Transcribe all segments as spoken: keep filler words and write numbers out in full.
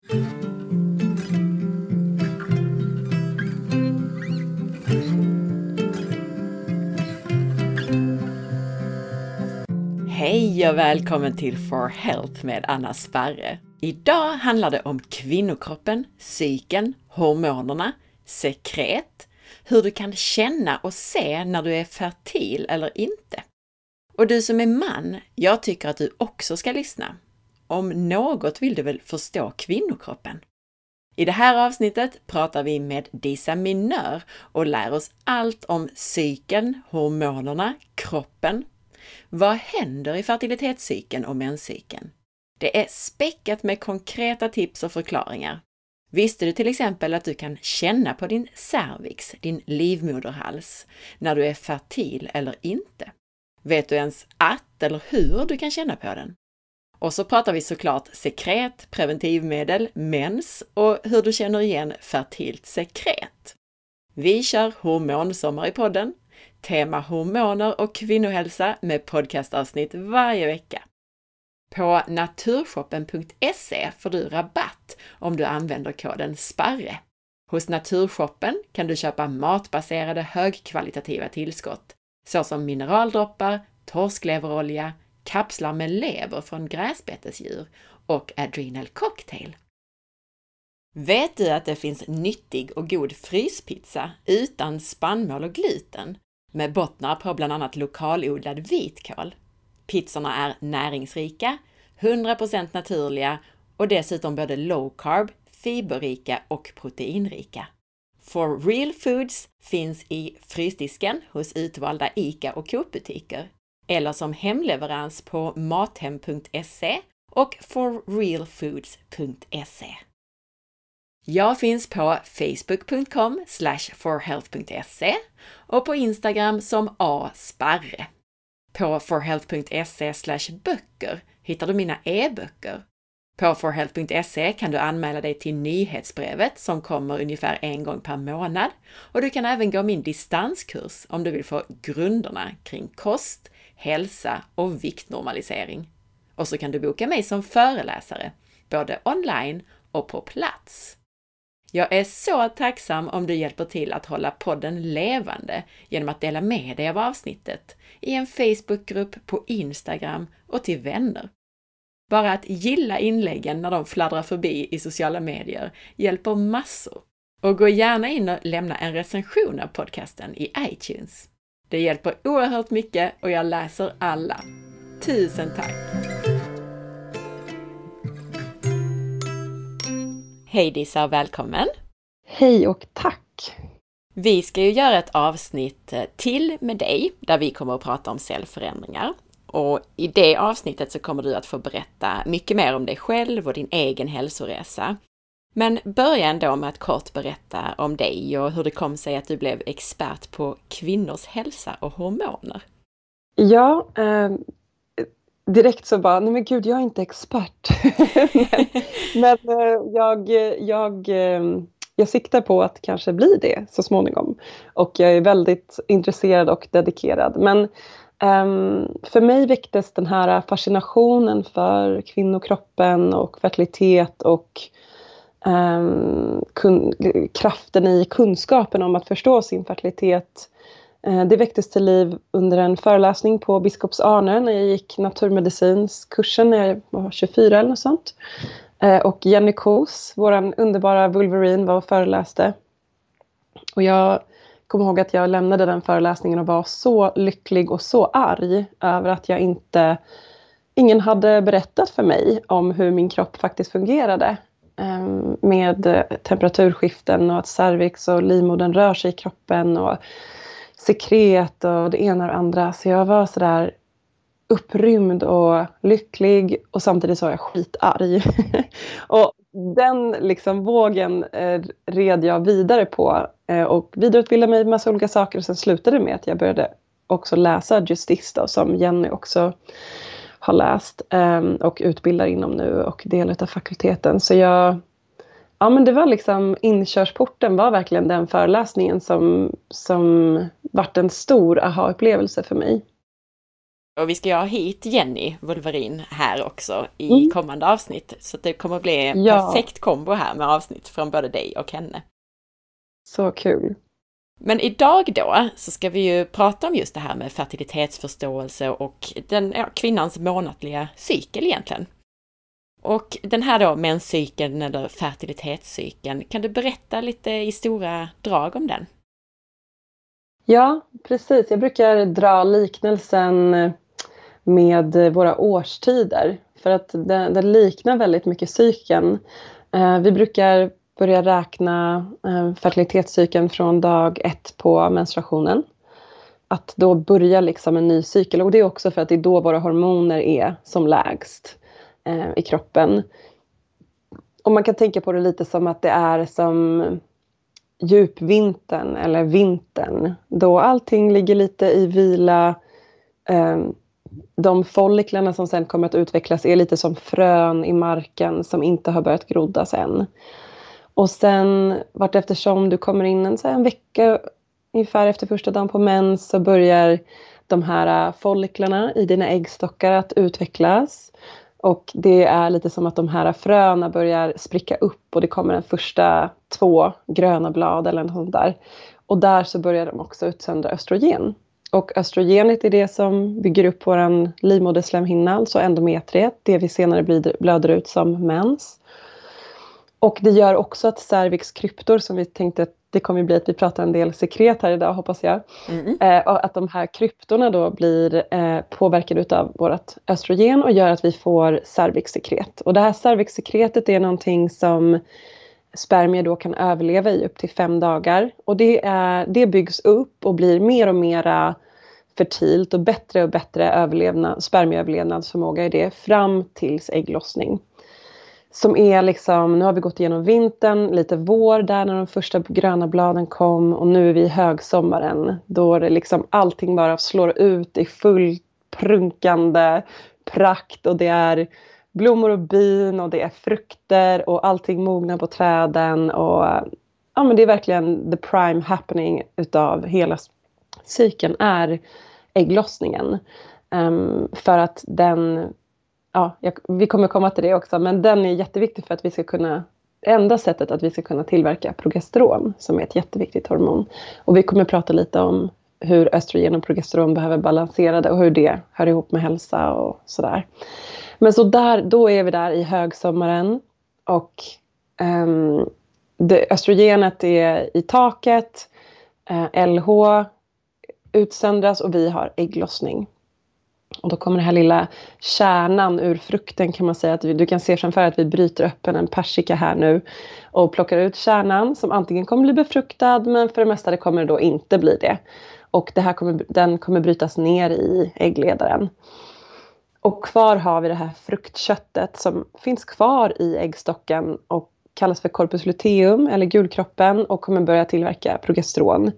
Hej och välkommen till For Health med Anna Sparre. Idag handlar det om kvinnokroppen, cykeln, hormonerna, sekret, hur du kan känna och se när du är fertil eller inte. Och du som är man, jag tycker att du också ska lyssna. Om något vill du väl förstå kvinnokroppen? I det här avsnittet pratar vi med Disa Minör och lär oss allt om cykeln, hormonerna, kroppen. Vad händer i fertilitetscykeln och menscykeln? Det är späckat med konkreta tips och förklaringar. Visste du till exempel att du kan känna på din cervix, din livmoderhals, när du är fertil eller inte? Vet du ens att eller hur du kan känna på den? Och så pratar vi såklart sekret, preventivmedel, mens och hur du känner igen fertilt sekret. Vi kör hormonsommar i podden. Tema hormoner och kvinnohälsa med podcastavsnitt varje vecka. På naturshoppen punkt se får du rabatt om du använder koden SPARRE. Hos Naturshoppen kan du köpa matbaserade högkvalitativa tillskott såsom mineraldroppar, torskleverolja, kapslar med lever från gräsbetesdjur och Adrenal Cocktail. Vet du att det finns nyttig och god fryspizza utan spannmål och gluten med bottnar på bland annat lokalodlad vitkål? Pizzorna är näringsrika, hundra procent naturliga och dessutom både low carb, fiberrika och proteinrika. For Real Foods finns i frysdisken hos utvalda ICA och Coop-butiker eller som hemleverans på mathem punkt se och for real foods punkt se. Jag finns på facebook punkt com slash for health punkt se och på Instagram som asparre. På for health punkt se slash böcker hittar du mina e-böcker. På for health punkt se kan du anmäla dig till nyhetsbrevet som kommer ungefär en gång per månad och du kan även gå min distanskurs om du vill få grunderna kring kost, hälsa och viktnormalisering. Och så kan du boka mig som föreläsare, både online och på plats. Jag är så tacksam om du hjälper till att hålla podden levande genom att dela med dig av avsnittet i en Facebookgrupp, på Instagram och till vänner. Bara att gilla inläggen när de fladdrar förbi i sociala medier hjälper massor. Och gå gärna in och lämna en recension av podcasten i iTunes. Det hjälper oerhört mycket och jag läser alla. Tusen tack! Hej Disa, välkommen! Hej och tack! Vi ska ju göra ett avsnitt till med dig där vi kommer att prata om cellförändringar. Och i det avsnittet så kommer du att få berätta mycket mer om dig själv och din egen hälsoresa. Men börja ändå med att kort berätta om dig och hur det kom sig att du blev expert på kvinnors hälsa och hormoner. Ja, eh, direkt så bara, nej men gud, jag är inte expert. men men eh, jag, jag, eh, jag siktar på att kanske bli det så småningom. Och jag är väldigt intresserad och dedikerad. Men Um, för mig väcktes den här fascinationen för kvinnokroppen och fertilitet och um, kun, kraften i kunskapen om att förstå sin fertilitet. Uh, det väcktes till liv under en föreläsning på Biskops Arne när jag gick naturmedicinskursen när jag var tjugofyra eller något sånt. Uh, och Jenny Kos, våran underbara Wolverine, var och föreläste. Och jag kommer ihåg att jag lämnade den föreläsningen och var så lycklig och så arg över att jag inte, ingen hade berättat för mig om hur min kropp faktiskt fungerade. Um, med temperaturskiften och att cervix och livmodern rör sig i kroppen och sekret och det ena och det andra. Så jag var sådär upprymd och lycklig och samtidigt så var jag skitarg. Och den liksom vågen eh, red jag vidare på eh, och vidareutbildade mig med massa olika saker och sen slutade det med att jag började också läsa Justice då, som Jenny också har läst eh, och utbildar inom nu och del av fakulteten. Så jag, ja men det var liksom inkörsporten var verkligen den föreläsningen som, som vart en stor aha-upplevelse för mig. Och vi ska ju ha hit Jenny Wolverin här också i Mm. kommande avsnitt. Så det kommer att bli en Ja. perfekt kombo här med avsnitt från både dig och henne. Så kul. Men idag då så ska vi ju prata om just det här med fertilitetsförståelse och den, ja, kvinnans månatliga cykel egentligen. Och den här då menscykeln eller fertilitetscykeln, kan du berätta lite i stora drag om den? Ja, precis. Jag brukar dra liknelsen med våra årstider. För att den, den liknar väldigt mycket cykeln. Eh, vi brukar börja räkna eh, fertilitetscykeln från dag ett på menstruationen. Att då börja liksom en ny cykel. Och det är också för att det är då våra hormoner är som lägst eh, i kroppen. Och man kan tänka på det lite som att det är som djupvintern eller vintern. Då allting ligger lite i vila. Eh, de folliklarna som sen kommer att utvecklas är lite som frön i marken som inte har börjat groddas än. Och sen vart eftersom du kommer in en, så här, en vecka ungefär efter första dagen på mens så börjar de här folliklarna i dina äggstockar att utvecklas. Och det är lite som att de här fröna börjar spricka upp och det kommer en första två gröna blad eller något sånt där. Och där så börjar de också utsöndra östrogen. Och östrogenet är det som bygger upp våran livmoderslemhinna, alltså endometriet, det vi senare blir, blöder ut som mens. Och det gör också att cervixkryptor, som vi tänkte att det kommer bli att vi pratar en del sekret här idag, hoppas jag. Mm. Eh, och att de här kryptorna då blir eh, påverkade av vårt östrogen och gör att vi får cervixsekret. Och det här cervixsekretet är någonting som spermier då kan överleva i upp till fem dagar. Och det, är, det byggs upp och blir mer och mera fertilt och bättre och bättre överlevnad, spermieöverlevnadsförmåga i det fram tills ägglossning. Som är liksom, nu har vi gått igenom vintern, lite vår där när de första gröna bladen kom. Och nu är vi i högsommaren då det liksom allting bara slår ut i full prunkande prakt. Och det är blommor och bin och det är frukter och allting mognar på träden. Och ja, men det är verkligen the prime happening utav hela cykeln är ägglossningen. Um, för att den... Ja, jag, vi kommer komma till det också. Men den är jätteviktig för att vi ska kunna... Enda sättet att vi ska kunna tillverka progesteron. Som är ett jätteviktigt hormon. Och vi kommer prata lite om hur östrogen och progesteron behöver balansera det. Och hur det hör ihop med hälsa och sådär. Men så där, då är vi där i högsommaren. Och um, det, östrogenet är i taket. Uh, L H utsöndras och vi har ägglossning. Och då kommer den här lilla kärnan ur frukten, kan man säga. Att vi, du kan se framför att vi bryter öppen en persika här nu. Och plockar ut kärnan som antingen kommer bli befruktad. Men för det mesta det kommer det då inte bli det. Och det här kommer, den kommer brytas ner i äggledaren. Och kvar har vi det här fruktköttet som finns kvar i äggstocken. Och kallas för corpus luteum eller gulkroppen. Och kommer börja tillverka progesteron.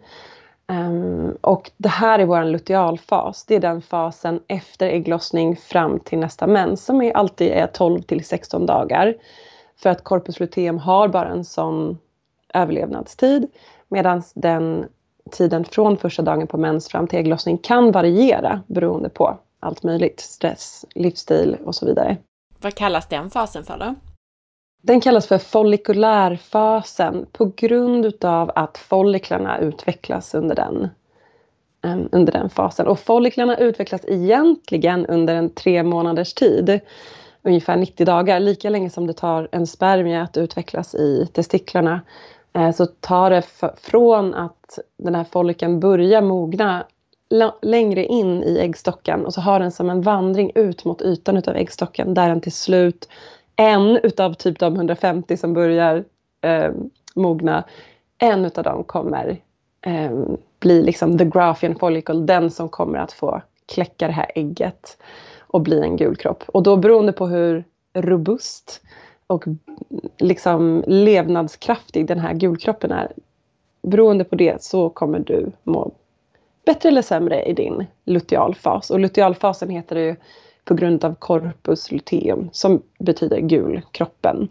Um, och det här är vår lutealfas. Det är den fasen efter ägglossning fram till nästa mens. Som är alltid är tolv till sexton dagar. För att corpus luteum har bara en sån överlevnadstid. Medan den tiden från första dagen på mens fram till ägglossning kan variera. Beroende på allt möjligt. Stress, livsstil och så vidare. Vad kallas den fasen för då? Den kallas för follikulärfasen på grund utav att folliklarna utvecklas under den, um, under den fasen. Och folliklarna utvecklas egentligen under en tre månaders tid, ungefär nittio dagar. Lika länge som det tar en spermie att utvecklas i testiklarna uh, så tar det f- från att den här follikeln börjar mogna l- längre in i äggstocken. Och så har den som en vandring ut mot ytan utav äggstocken där den till slut... En utav typ de hundrafemtio som börjar eh, mogna. En utav dem kommer eh, bli liksom the Graafian follicle. Den som kommer att få kläcka det här ägget. Och bli en gulkropp. Och då beroende på hur robust och liksom levnadskraftig den här gulkroppen är. Beroende på det så kommer du må bättre eller sämre i din lutealfas. Och lutealfasen heter det ju på grund av corpus luteum som betyder gulkroppen.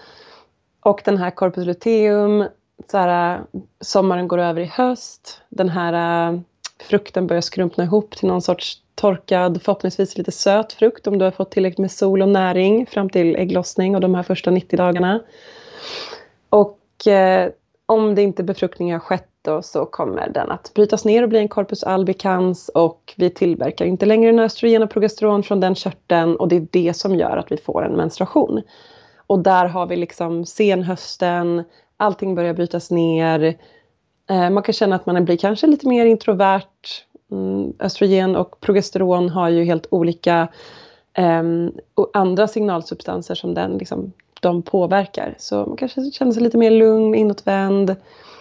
Och den här corpus luteum, så här, sommaren går över i höst. Den här frukten börjar skrumpna ihop till någon sorts torkad, förhoppningsvis lite söt frukt om du har fått tillräckligt med sol och näring fram till ägglossning och de här första nittio dagarna. Och eh, om det inte befruktning har skett då, så kommer den att brytas ner och bli en corpus albicans, och vi tillverkar inte längre några östrogen och progesteron från den körteln, och det är det som gör att vi får en menstruation. Och där har vi liksom senhösten, allting börjar brytas ner. Eh, man kan känna att man blir kanske lite mer introvert. Mm, östrogen och progesteron har ju helt olika eh, och andra signalsubstanser som den, liksom, de påverkar. Så man kanske känner sig lite mer lugn, inåtvänd.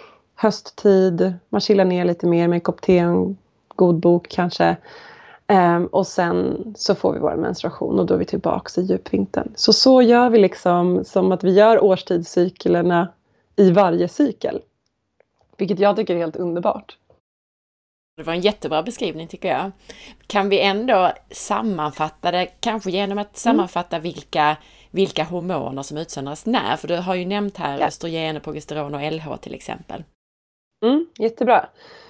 Hösttid, man chillar ner lite mer med en kopp te, en god bok kanske. Um, och sen så får vi vår menstruation och då är vi tillbaka i djupvintern. Så så gör vi liksom som att vi gör årstidscyklerna i varje cykel. Vilket jag tycker är helt underbart. Det var en jättebra beskrivning tycker jag. Kan vi ändå sammanfatta det, kanske genom att sammanfatta mm. vilka, vilka hormoner som utsöndras när? För du har ju nämnt här ja. östrogen, progesteron och L H till exempel. Mm, jättebra.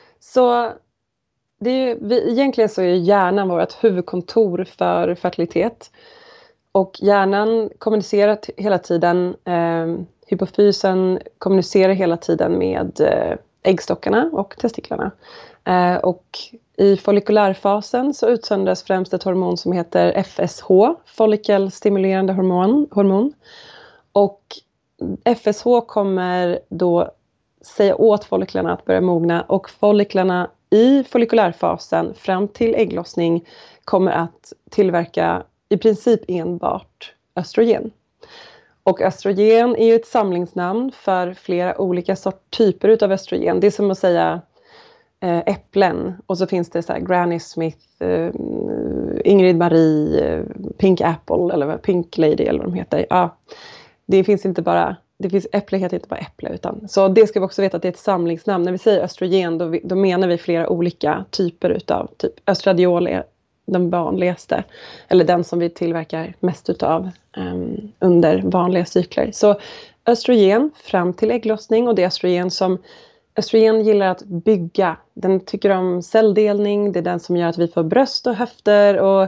Så det är, vi, egentligen så är hjärnan vårt huvudkontor för fertilitet. Och hjärnan kommunicerar t- hela tiden, eh, hypofysen kommunicerar hela tiden med eh, äggstockarna och testiklarna. Eh, och i follikulärfasen så utsöndras främst ett hormon som heter F S H, follikelstimulerande hormon, hormon. Och F S H kommer då säga åt folliklarna att börja mogna, och folliklarna i follikulärfasen fram till ägglossning kommer att tillverka i princip enbart östrogen. Och östrogen är ju ett samlingsnamn för flera olika sorts typer utav östrogen. Det är som att säga eh, äpplen, och så finns det så här Granny Smith, eh, Ingrid Marie, eh, Pink Apple eller Pink Lady eller vad de heter. Ja, det finns inte bara Det finns äpple heter inte bara äpple, utan så det ska vi också veta att det är ett samlingsnamn. När vi säger östrogen då, vi, då menar vi flera olika typer utav, typ östradiol är den vanligaste, eller den som vi tillverkar mest utav um, under vanliga cykler. Så östrogen fram till ägglossning, och det är östrogen som östrogen gillar att bygga. Den tycker om celldelning, det är den som gör att vi får bröst och höfter och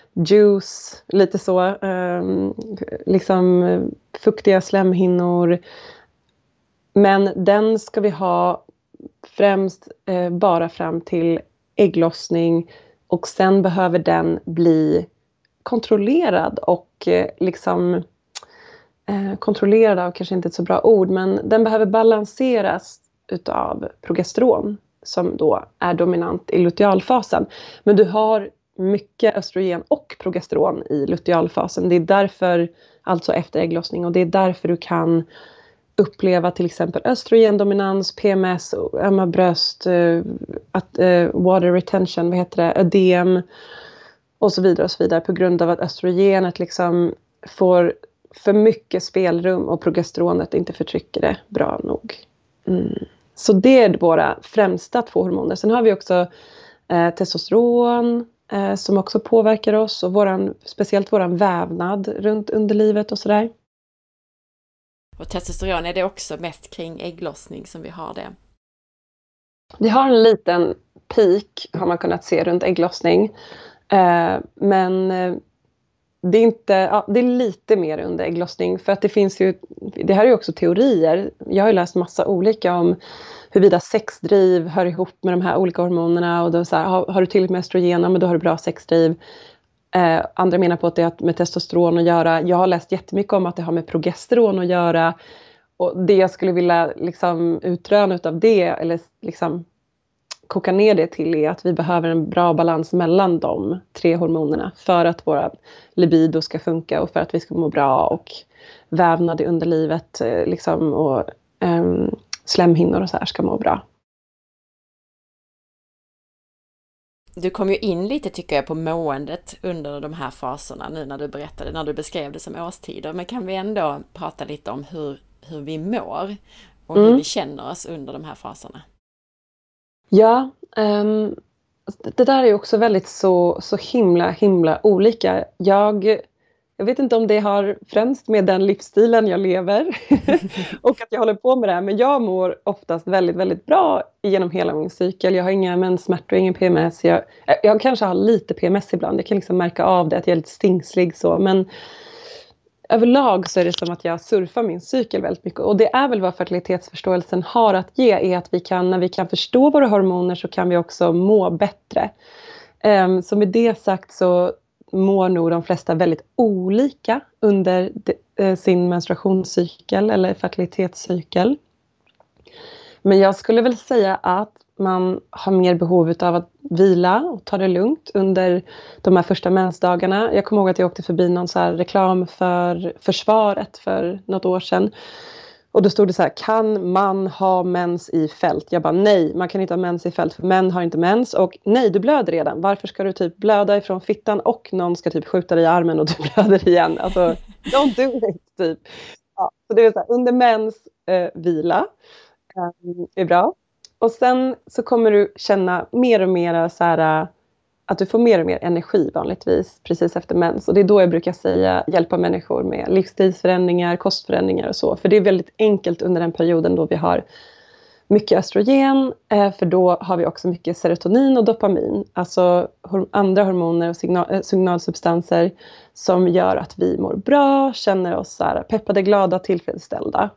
juice, lite så, um, liksom fuktiga slemhinnor. Men den ska vi ha främst eh, bara fram till ägglossning, och sen behöver den bli kontrollerad och eh, liksom eh, kontrollerad av kanske inte ett så bra ord, men den behöver balanseras utav progesteron som då är dominant i lutealfasen. Men du har mycket östrogen och progesteron i lutealfasen. Det är därför, alltså efter ägglossning, och det är därför du kan uppleva till exempel östrogendominans, P M S, ömma bröst, uh, att, uh, water retention, vad heter det, ödem och så vidare och så vidare, på grund av att östrogenet liksom får för mycket spelrum och progesteronet inte förtrycker det bra nog. Mm. Så det är våra främsta två hormoner. Sen har vi också eh, testosteron eh, som också påverkar oss, och våran, speciellt våran vävnad runt underlivet och sådär. Och testosteron, är det också mest kring ägglossning som vi har det? Vi har en liten peak, har man kunnat se, runt ägglossning. Eh, men eh, det är inte, ja, det är lite mer under ägglossning, för att det finns ju, det här är ju också teorier. Jag har ju läst massa olika om huruvida sexdriv hör ihop med de här olika hormonerna, och då så här, har, har du tillräckligt med östrogen, men då har du bra sexdriv. Eh, andra menar på att det har med testosteron att göra. Jag har läst jättemycket om att det har med progesteron att göra, och det jag skulle vilja liksom utröna utav det, eller liksom koka ner det till, är att vi behöver en bra balans mellan de tre hormonerna för att våra libido ska funka och för att vi ska må bra, och vävnad i underlivet liksom, och um, slemhinnor och så här ska må bra. Du kom ju in lite, tycker jag, på måendet under de här faserna nu när du berättade, när du beskrev det som årstider. Men kan vi ändå prata lite om hur, hur vi mår och hur mm. vi känner oss under de här faserna? Ja, um, det där är också väldigt så, så himla, himla olika. Jag Jag vet inte om det har främst med den livsstilen jag lever och att jag håller på med det här. Men jag mår oftast väldigt, väldigt bra genom hela min cykel. Jag har inga menssmärtor, ingen P M S. Jag, jag kanske har lite P M S ibland. Jag kan liksom märka av det, att jag är lite stingslig så. Men överlag så är det som att jag surfar min cykel väldigt mycket. Och det är väl vad fertilitetsförståelsen har att ge. Är att vi kan, när vi kan förstå våra hormoner så kan vi också må bättre. Um, så med det sagt så mår nog de flesta väldigt olika under de, eh, sin menstruationscykel eller fertilitetscykel. Men jag skulle väl säga att man har mer behov av att vila och ta det lugnt under de här första mensdagarna. Jag kommer ihåg att jag åkte förbi någon så här reklam för försvaret för något år sedan. Och då stod det så här, kan man ha mens i fält? Jag bara, nej, man kan inte ha mens i fält för män har inte mens. Och nej, du blöder redan. Varför ska du typ blöda ifrån fittan och någon ska typ skjuta dig i armen och du blöder igen? Alltså, don't do it, typ. Ja, så det är så här, under mens, eh, vila eh, är bra. Och sen så kommer du känna mer och mer så här, att du får mer och mer energi vanligtvis precis efter mens. Och det är då jag brukar säga hjälpa människor med livsstilsförändringar, kostförändringar och så. För det är väldigt enkelt under den perioden då vi har mycket östrogen. För då har vi också mycket serotonin och dopamin. Alltså andra hormoner och signal, signalsubstanser som gör att vi mår bra, känner oss så här peppade, glada, tillfredsställda.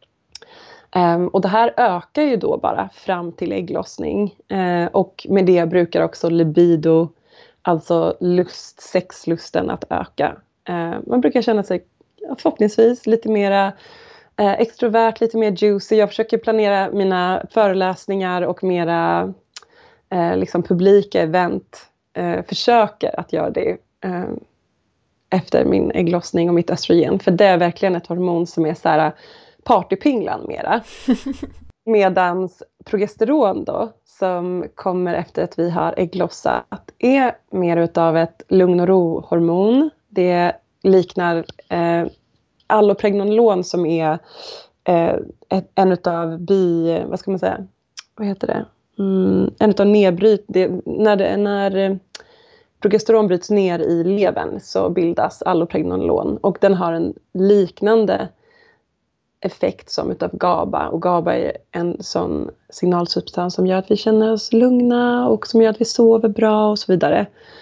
Um, och det här ökar ju då bara fram till ägglossning. Uh, och med det brukar också libido, alltså lust, sexlusten att öka. Uh, man brukar känna sig förhoppningsvis lite mera uh, extrovert, lite mer juicy. Jag försöker planera mina föreläsningar och mera uh, liksom publika event. Uh, försöker att göra det uh, efter min ägglossning och mitt östrogen. För det är verkligen ett hormon som är så här partypinglan mera. Medans progesteron då, som kommer efter att vi har ägglossat, är mer utav ett lugn och ro-hormon. Det liknar eh, allopregnolon som är eh, ett, en utav bi, vad ska man säga, vad heter det? Mm, en utav nedbryt, det, när, det, när progesteron bryts ner i levern så bildas allopregnolon och den har en liknande effekt som utav GABA, och GABA är en sån signalsubstans som gör att vi känner oss lugna och som gör att vi sover bra och så vidare.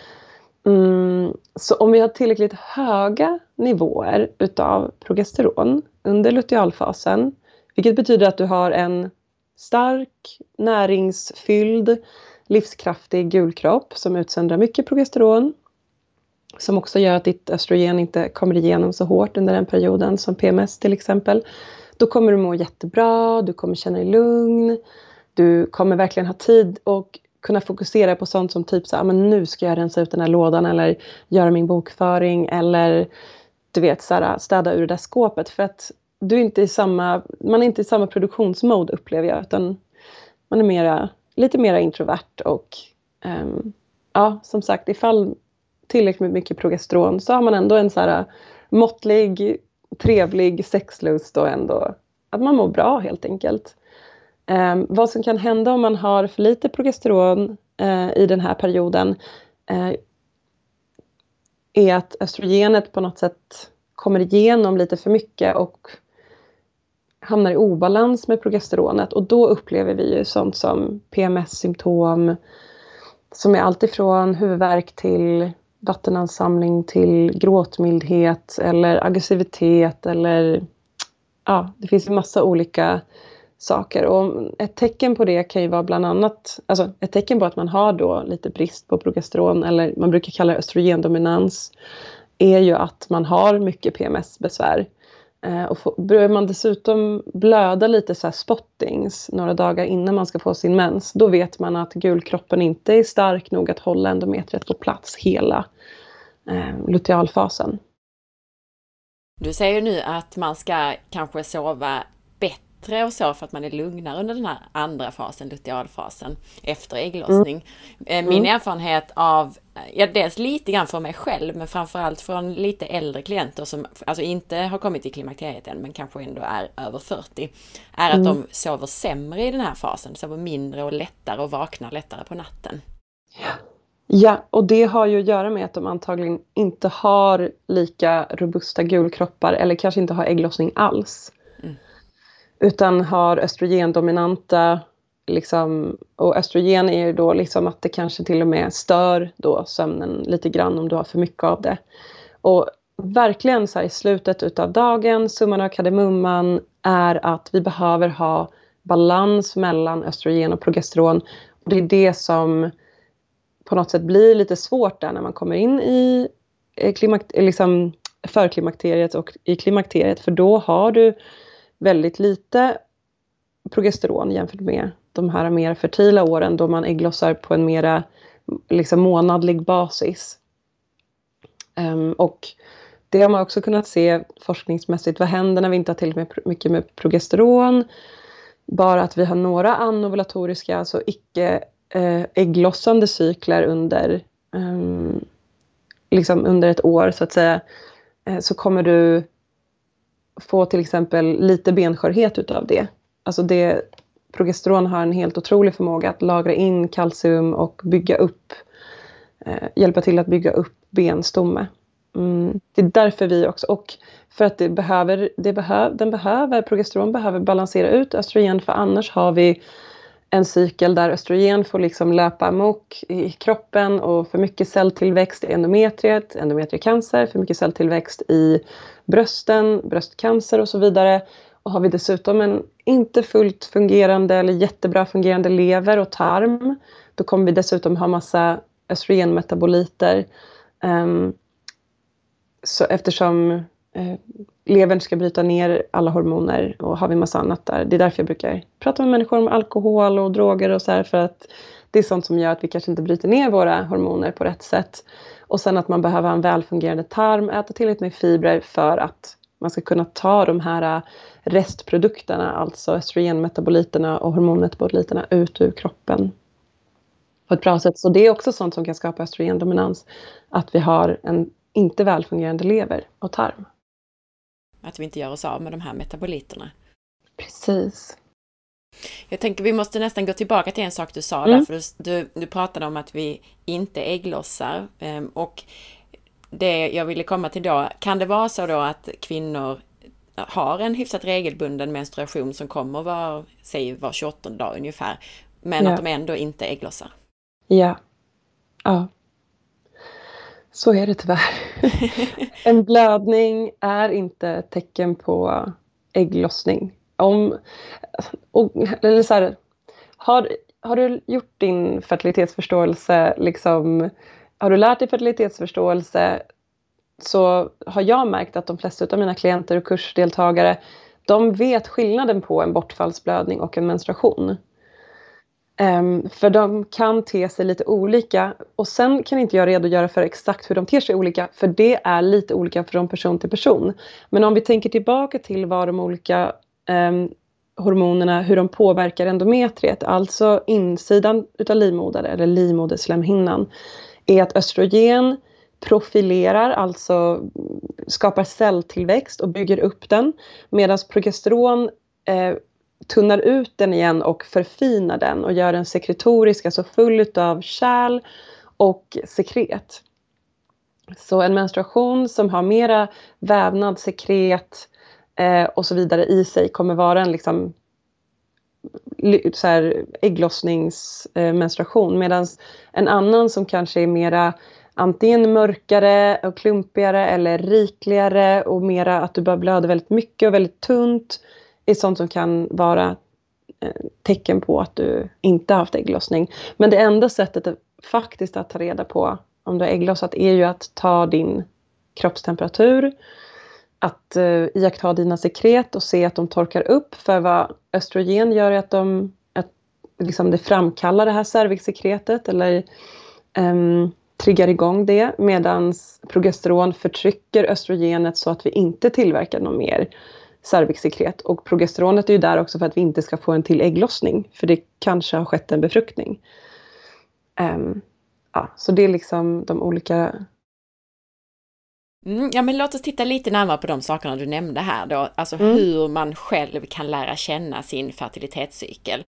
Mm, så om vi har tillräckligt höga nivåer utav progesteron under lutealfasen, vilket betyder att du har en stark, näringsfylld, livskraftig gulkropp som utsöndrar mycket progesteron, som också gör att ditt östrogen inte kommer igenom så hårt under den perioden som P M S till exempel. Då kommer du må jättebra, du kommer känna dig lugn, du kommer verkligen ha tid och kunna fokusera på sånt som typ så här, men nu ska jag rensa ut den här lådan eller göra min bokföring eller du vet så här, städa ur det där skåpet, för att du är inte i samma, man är inte i samma produktionsmode upplever jag, utan man är mera, lite mer introvert och um, ja, som sagt, ifall tillräckligt med mycket progesteron så har man ändå en så här måttlig, trevlig sexlust och ändå att man mår bra helt enkelt. Um, vad som kan hända om man har för lite progesteron uh, i den här perioden uh, är att östrogenet på något sätt kommer igenom lite för mycket och hamnar i obalans med progesteronet, och då upplever vi ju sånt som P M S-symptom som är allt ifrån huvudvärk till vattenansamling till gråtmildhet eller aggressivitet eller ja, det finns en massa olika saker, och ett tecken på det kan ju vara bland annat, alltså ett tecken på att man har då lite brist på progesteron, eller man brukar kalla det östrogendominans, är ju att man har mycket P M S-besvär. Eh, och får, börjar man dessutom blöda lite så här spottings några dagar innan man ska få sin mens, då vet man att gulkroppen inte är stark nog att hålla endometriet på plats hela eh, lutealfasen. Du säger nu att man ska kanske sova bättre och så för att man är lugnare under den här andra fasen, lutealfasen, efter ägglossning. Mm. Min mm. erfarenhet av, ja, dels lite grann för mig själv, men framförallt från lite äldre klienter som alltså inte har kommit till klimakteriet än, men kanske ändå är över fyrtio, är att mm. de sover sämre i den här fasen, sover mindre och lättare och vaknar lättare på natten. Ja, och det har ju att göra med att de antagligen inte har lika robusta gulkroppar eller kanske inte har ägglossning alls. Mm. Utan har östrogendominanta, liksom, och östrogen är ju då liksom att det kanske till och med stör då sömnen lite grann om du har för mycket av det. Och verkligen så här i slutet utav dagen, summan av kardemumman är att vi behöver ha balans mellan östrogen och progesteron. Och det är det som på något sätt blir lite svårt där när man kommer in i klimakt- liksom förklimakteriet och i klimakteriet. För då har du väldigt lite progesteron jämfört med de här mer fertila åren då man ägglossar på en mera liksom månadlig basis. Um, och det har man också kunnat se forskningsmässigt. Vad händer när vi inte har tillräckligt mycket med progesteron? Bara att vi har några anovulatoriska, alltså icke eh, ägglossande cykler under, um, liksom under ett år så att säga. Eh, så kommer du få till exempel lite benskörhet utav det. Alltså det, progesteron har en helt otrolig förmåga att lagra in kalcium och bygga upp, eh, hjälpa till att bygga upp benstomme. Mm. Det är därför vi också, och för att det behöver, det behöv, den behöver, progesteron behöver balansera ut östrogen, för annars har vi en cykel där östrogen får liksom löpa amok i kroppen och för mycket celltillväxt i endometriet, endometriecancer, för mycket celltillväxt i brösten, bröstcancer och så vidare. Och har vi dessutom en inte fullt fungerande eller jättebra fungerande lever och tarm, då kommer vi dessutom ha massa östrogenmetaboliter. Um, så eftersom eh, levern ska bryta ner alla hormoner och har vi massa annat där. Det är därför jag brukar prata med människor om alkohol och droger och så här, för att det är sånt som gör att vi kanske inte bryter ner våra hormoner på rätt sätt. Och sen att man behöver ha en välfungerande tarm, äta tillräckligt med fibrer för att man ska kunna ta de här restprodukterna, alltså östrogenmetaboliterna och hormonmetaboliterna ut ur kroppen på ett bra sätt. Så det är också sånt som kan skapa östrogendominans, att vi har en inte välfungerande lever och tarm. Att vi inte gör oss av med de här metaboliterna. Precis. Jag tänker vi måste nästan gå tillbaka till en sak du sa mm. där, för du, du pratade om att vi inte ägglossar, och det jag ville komma till då, kan det vara så då att kvinnor har en hyfsat regelbunden menstruation som kommer var, säg var tjugoåttonde dag ungefär, men ja. Att de ändå inte ägglossar? Ja. Ja. Så är det tyvärr. En blödning är inte tecken på ägglossning. Om, och, eller så här, har, har du gjort din fertilitetsförståelse, liksom, har du lärt dig fertilitetsförståelse, så har jag märkt att de flesta av mina klienter och kursdeltagare, de vet skillnaden på en bortfallsblödning och en menstruation. Um, för de kan te sig lite olika, och sen kan inte jag redogöra för exakt hur de ter sig olika, för det är lite olika från person till person. Men om vi tänker tillbaka till vad de olika um, hormonerna, hur de påverkar endometriet, alltså insidan utav livmodern eller livmoderslemhinnan, är att östrogen profilerar, alltså skapar celltillväxt och bygger upp den, medan progesteron eh, tunnar ut den igen och förfinar den och gör den sekretorisk, alltså full av kärl och sekret. Så en menstruation som har mera vävnad, sekret eh, och så vidare i sig kommer vara en liksom så här ägglossningsmenstruation, eh, medan en annan som kanske är mera antingen mörkare och klumpigare eller rikligare och mera att du bara blöder väldigt mycket och väldigt tunt, är sånt som kan vara eh, tecken på att du inte har haft ägglossning. Men det enda sättet att, faktiskt att ta reda på om du har ägglossat är ju att ta din kroppstemperatur, att eh, iaktta dina sekret och se att de torkar upp, för vad östrogen gör är att, de, att liksom det framkallar det här cervixsekretet eller eh, triggar igång det, medan progesteron förtrycker östrogenet så att vi inte tillverkar någon mer cervixsekret. Och progesteronet är ju där också för att vi inte ska få en till ägglossning, för det kanske har skett en befruktning. Um, ja, så det är liksom de olika... Mm, ja, men låt oss titta lite närmare på de sakerna du nämnde här då. Alltså mm. hur man själv kan lära känna sin fertilitetscykel.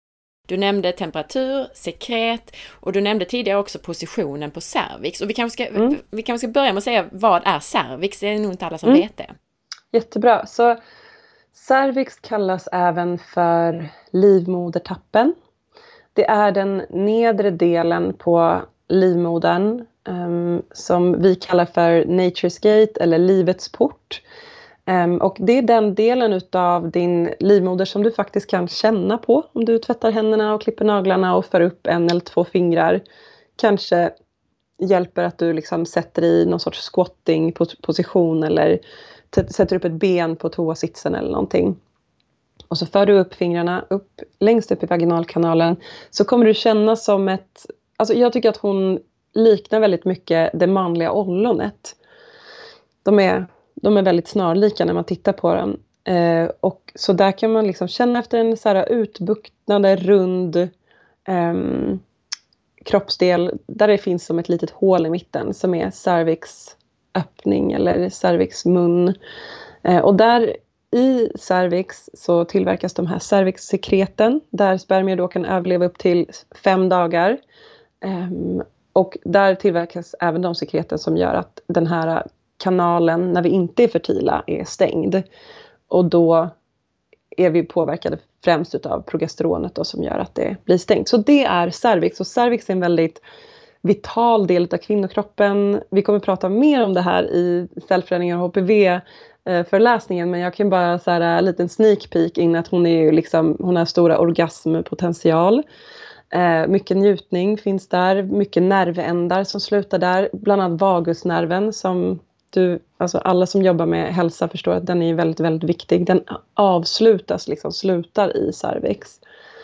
Du nämnde temperatur, sekret och du nämnde tidigare också positionen på cervix. Och vi kanske ska, mm. vi kanske ska börja med att säga vad är cervix? Det är nog inte alla som mm. vet det. Jättebra. Så cervix kallas även för livmodertappen. Det är den nedre delen på livmodern um, som vi kallar för Nature's Gate eller livets port. Um, och det är den delen utav din livmoder som du faktiskt kan känna på om du tvättar händerna och klipper naglarna och för upp en eller två fingrar. Kanske hjälper att du liksom sätter i någon sorts squatting position eller t- sätter upp ett ben på toasitsen eller någonting. Och så för du upp fingrarna upp längst upp i vaginalkanalen, så kommer du känna som ett, alltså jag tycker att hon liknar väldigt mycket det manliga ollonet. De är, de är väldigt snarlika när man tittar på dem. Eh, och så där kan man liksom känna efter en så här utbuktnande, rund eh, kroppsdel där det finns som ett litet hål i mitten som är cervixöppning eller cervixmun. Eh, och där i cervix så tillverkas de här cervixsekreten där spermier då kan överleva upp till fem dagar. Um, och där tillverkas även de sekreten som gör att den här kanalen när vi inte är fertila är stängd. Och då är vi påverkade främst utav progesteronet då, som gör att det blir stängt. Så det är cervix. Och cervix är en väldigt vital del av kvinnokroppen. Vi kommer prata mer om det här i cellförändringar och H P V föreläsningen, men jag kan bara så här en liten sneak peek in att hon är ju liksom, hon har stora orgasmpotential. Eh, mycket njutning finns där, mycket nervändar som slutar där, bland annat vagusnerven som du, alltså alla som jobbar med hälsa förstår att den är väldigt, väldigt viktig. Den avslutas, liksom slutar i cervix.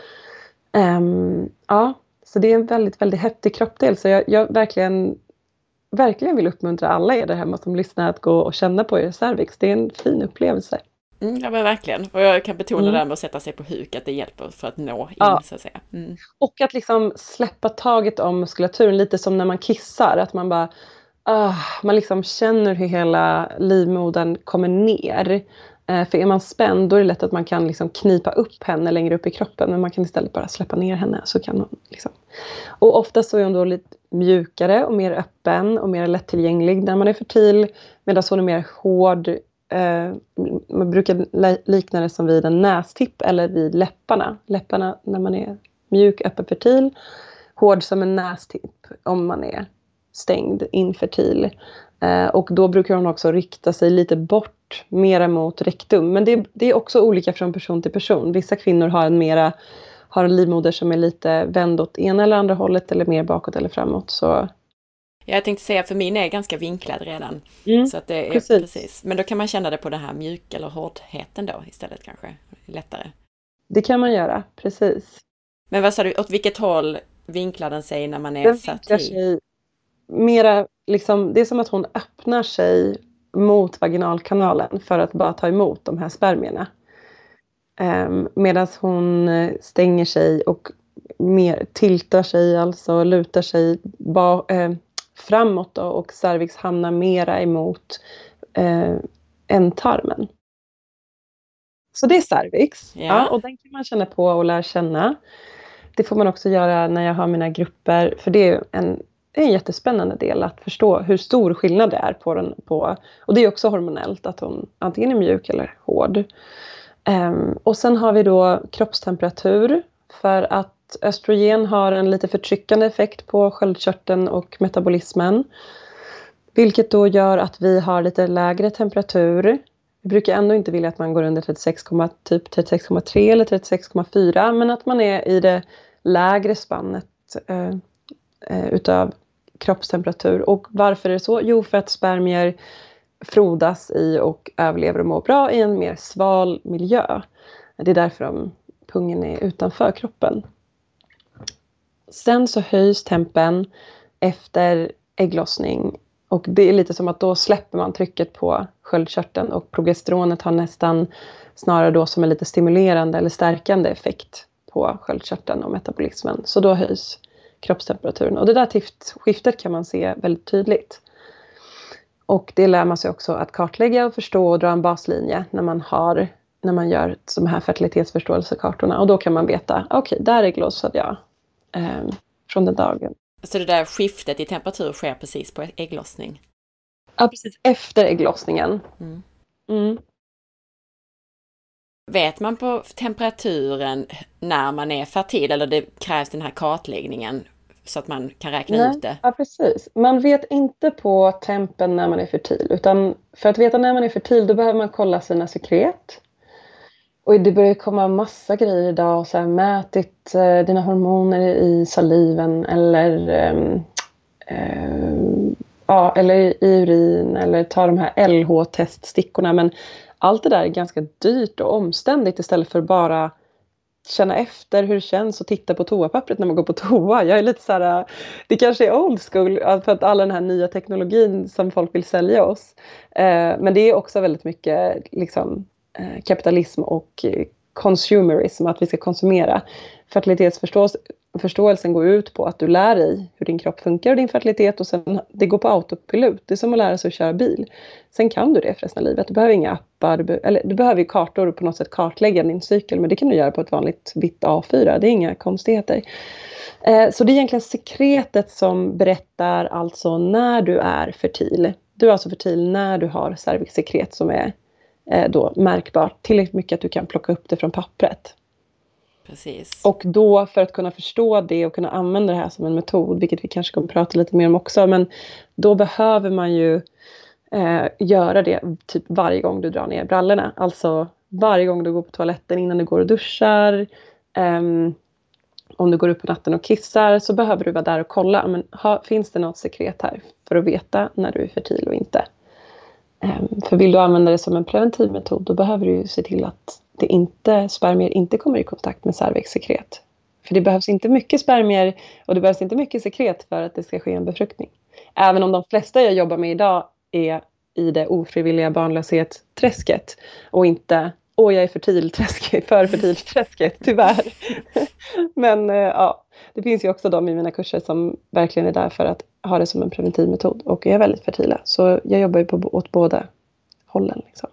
Um, ja, så det är en väldigt, väldigt häftig kroppdel, så jag, jag verkligen verkligen vill uppmuntra alla er där hemma som lyssnar att gå och känna på er cervix. Det är en fin upplevelse. Mm, ja, men verkligen. Och jag kan betona mm. det här med att sätta sig på huk, att det hjälper för att nå in, ja. så att säga. Mm. Och att liksom släppa taget om muskulaturen, lite som när man kissar. Att man bara, uh, man liksom känner hur hela livmodern kommer ner. Uh, för är man spänd, då är det lätt att man kan liksom knipa upp henne längre upp i kroppen. Men man kan istället bara släppa ner henne. Så kan hon liksom. Och ofta så är hon då lite mjukare och mer öppen och mer lättillgänglig när man är fertil. Medan hon är mer hård. Eh, man brukar likna det som vid en nästipp eller vid läpparna. Läpparna när man är mjuk, öppen, fertil. Hård som en nästipp om man är stängd, infertil. Eh, och då brukar hon också rikta sig lite bort, mera mot rektum. Men det, det är också olika från person till person. Vissa kvinnor har en mera har en livmoder som är lite vänd åt ena eller andra hållet eller mer bakåt eller framåt. Så. Jag tänkte säga, för min är ganska vinklad redan. Mm, så att det är precis. precis. Men då kan man känna det på den här mjuk eller hårdheten då istället kanske. Lättare. Det kan man göra, precis. Men vad sa du, åt vilket håll vinklar den sig när man är den fertil? Vinklar sig mera, liksom, det är som att hon öppnar sig mot vaginalkanalen för att bara ta emot de här spermierna. Um, medan hon stänger sig och mer tiltar sig, alltså lutar sig ba, eh, framåt då, och cervix hamnar mera emot eh, ändtarmen. Så det är cervix. Ja. Ja, och den kan man känna på och lära känna. Det får man också göra när jag har mina grupper, för det är en, det är en jättespännande del att förstå hur stor skillnad det är på den. På, och det är också hormonellt att hon antingen är mjuk eller hård. Um, och sen har vi då kroppstemperatur, för att östrogen har en lite förtryckande effekt på sköldkörteln och metabolismen. Vilket då gör att vi har lite lägre temperatur. Vi brukar ändå inte vilja att man går under trettiosex, typ trettiosex komma tre eller trettiosex komma fyra, men att man är i det lägre spannet uh, uh, utav kroppstemperatur. Och varför är det så? Jo, för att spermier frodas i och överlever och mår bra i en mer sval miljö. Det är därför de, pungen är utanför kroppen. Sen så höjs tempen efter ägglossning. Och det är lite som att då släpper man trycket på sköldkörteln. Och progesteronet har nästan snarare då som en lite stimulerande eller stärkande effekt på sköldkörteln och metabolismen. Så då höjs kroppstemperaturen. Och det där skiftet kan man se väldigt tydligt. Och det lär man sig också att kartlägga och förstå och dra en baslinje när man har när man gör de här fertilitetsförståelsekartorna. Och då kan man veta, okej, okay, där ägglossade jag eh, från den dagen. Så det där skiftet i temperatur sker precis på ägglossning? Ja, precis. Efter ägglossningen. Mm. Mm. Vet man på temperaturen när man är fertil, eller det krävs den här kartläggningen så att man kan räkna Nej, ut det? Ja, precis. Man vet inte på tempen när man är fertil, utan för att veta när man är fertil då behöver man kolla sina sekret. Och det börjar komma massa grejer idag, så här, mätit eh, dina hormoner i saliven eller, eh, eh, ja, eller i urin, eller ta de här L H-teststickorna. Men allt det där är ganska dyrt och omständigt istället för bara känna efter hur det känns och titta på toapappret när man går på toa. Jag är lite så här, det kanske är old school för att alla den här nya teknologin som folk vill sälja oss. Eh, men det är också väldigt mycket liksom eh, kapitalism och consumerism, att vi ska konsumera. Fertilitetsförståelsen går ut på att du lär dig hur din kropp funkar och din fertilitet, och sen det går på autopilot. Det är som att lära sig att köra bil. Sen kan du det för resten av livet. Du behöver inga appar, du, be- eller, du behöver ju kartor och på något sätt kartlägga din cykel, men det kan du göra på ett vanligt vitt A fyra. Det är inga konstigheter. Eh, så det är egentligen sekretet som berättar alltså när du är fertil. Du är alltså fertil när du har cervixsekret som är eh, då märkbart tillräckligt mycket att du kan plocka upp det från pappret. Precis. Och då för att kunna förstå det och kunna använda det här som en metod, vilket vi kanske kommer prata lite mer om också, men då behöver man ju eh, göra det typ varje gång du drar ner brallorna. Alltså varje gång du går på toaletten, innan du går och duschar, eh, om du går upp på natten och kissar, så behöver du vara där och kolla, men ha, finns det något sekret här, för att veta när du är fertil och inte. Eh, för vill du använda det som en preventiv metod, då behöver du ju se till att det inte, spermier inte kommer i kontakt med cervixsekret. För det behövs inte mycket spermier och det behövs inte mycket sekret för att det ska ske en befruktning. Även om de flesta jag jobbar med idag är i det ofrivilliga barnlöshet-träsket och inte, åh jag är fertil-träsket, för fertil-träsket, tyvärr. Men ja, det finns ju också de i mina kurser som verkligen är där för att ha det som en preventiv metod och är väldigt fertila. Så jag jobbar ju på, åt båda hållen liksom.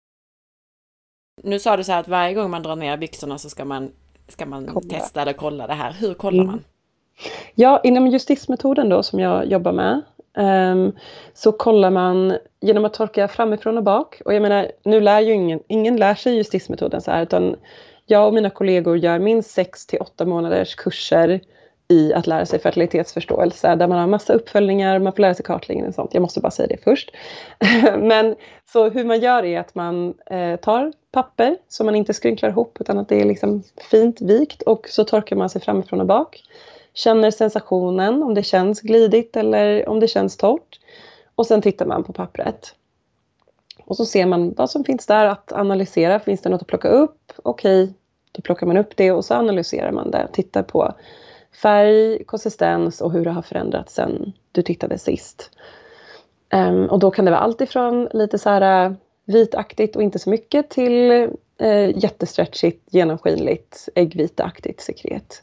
Nu sa du så här att varje gång man drar ner byxorna så ska man, ska man testa eller kolla det här. Hur kollar mm. man? Ja, inom justismetoden då som jag jobbar med um, så kollar man genom att torka framifrån och bak. Och jag menar, nu lär ju ingen, ingen lär sig justismetoden så här, utan jag och mina kollegor gör minst sex till åtta månaders kurser i att lära sig fertilitetsförståelse, där man har massa uppföljningar, man får lära sig kartläggning och sånt. Jag måste bara säga det först. Men så hur man gör är att man eh, tar papper som man inte skrynklar ihop, utan att det är liksom fint vikt, och så torkar man sig framifrån och bak. Känner sensationen, om det känns glidigt eller om det känns torrt. Och sen tittar man på pappret. Och så ser man vad som finns där att analysera. Finns det något att plocka upp? Okej, då plockar man upp det och så analyserar man det. Tittar på färg, konsistens och hur det har förändrats sen du tittade sist. Um, och då kan det vara allt ifrån lite så här vitaktigt och inte så mycket till uh, jättestretchigt, genomskinligt, äggvitaaktigt sekret.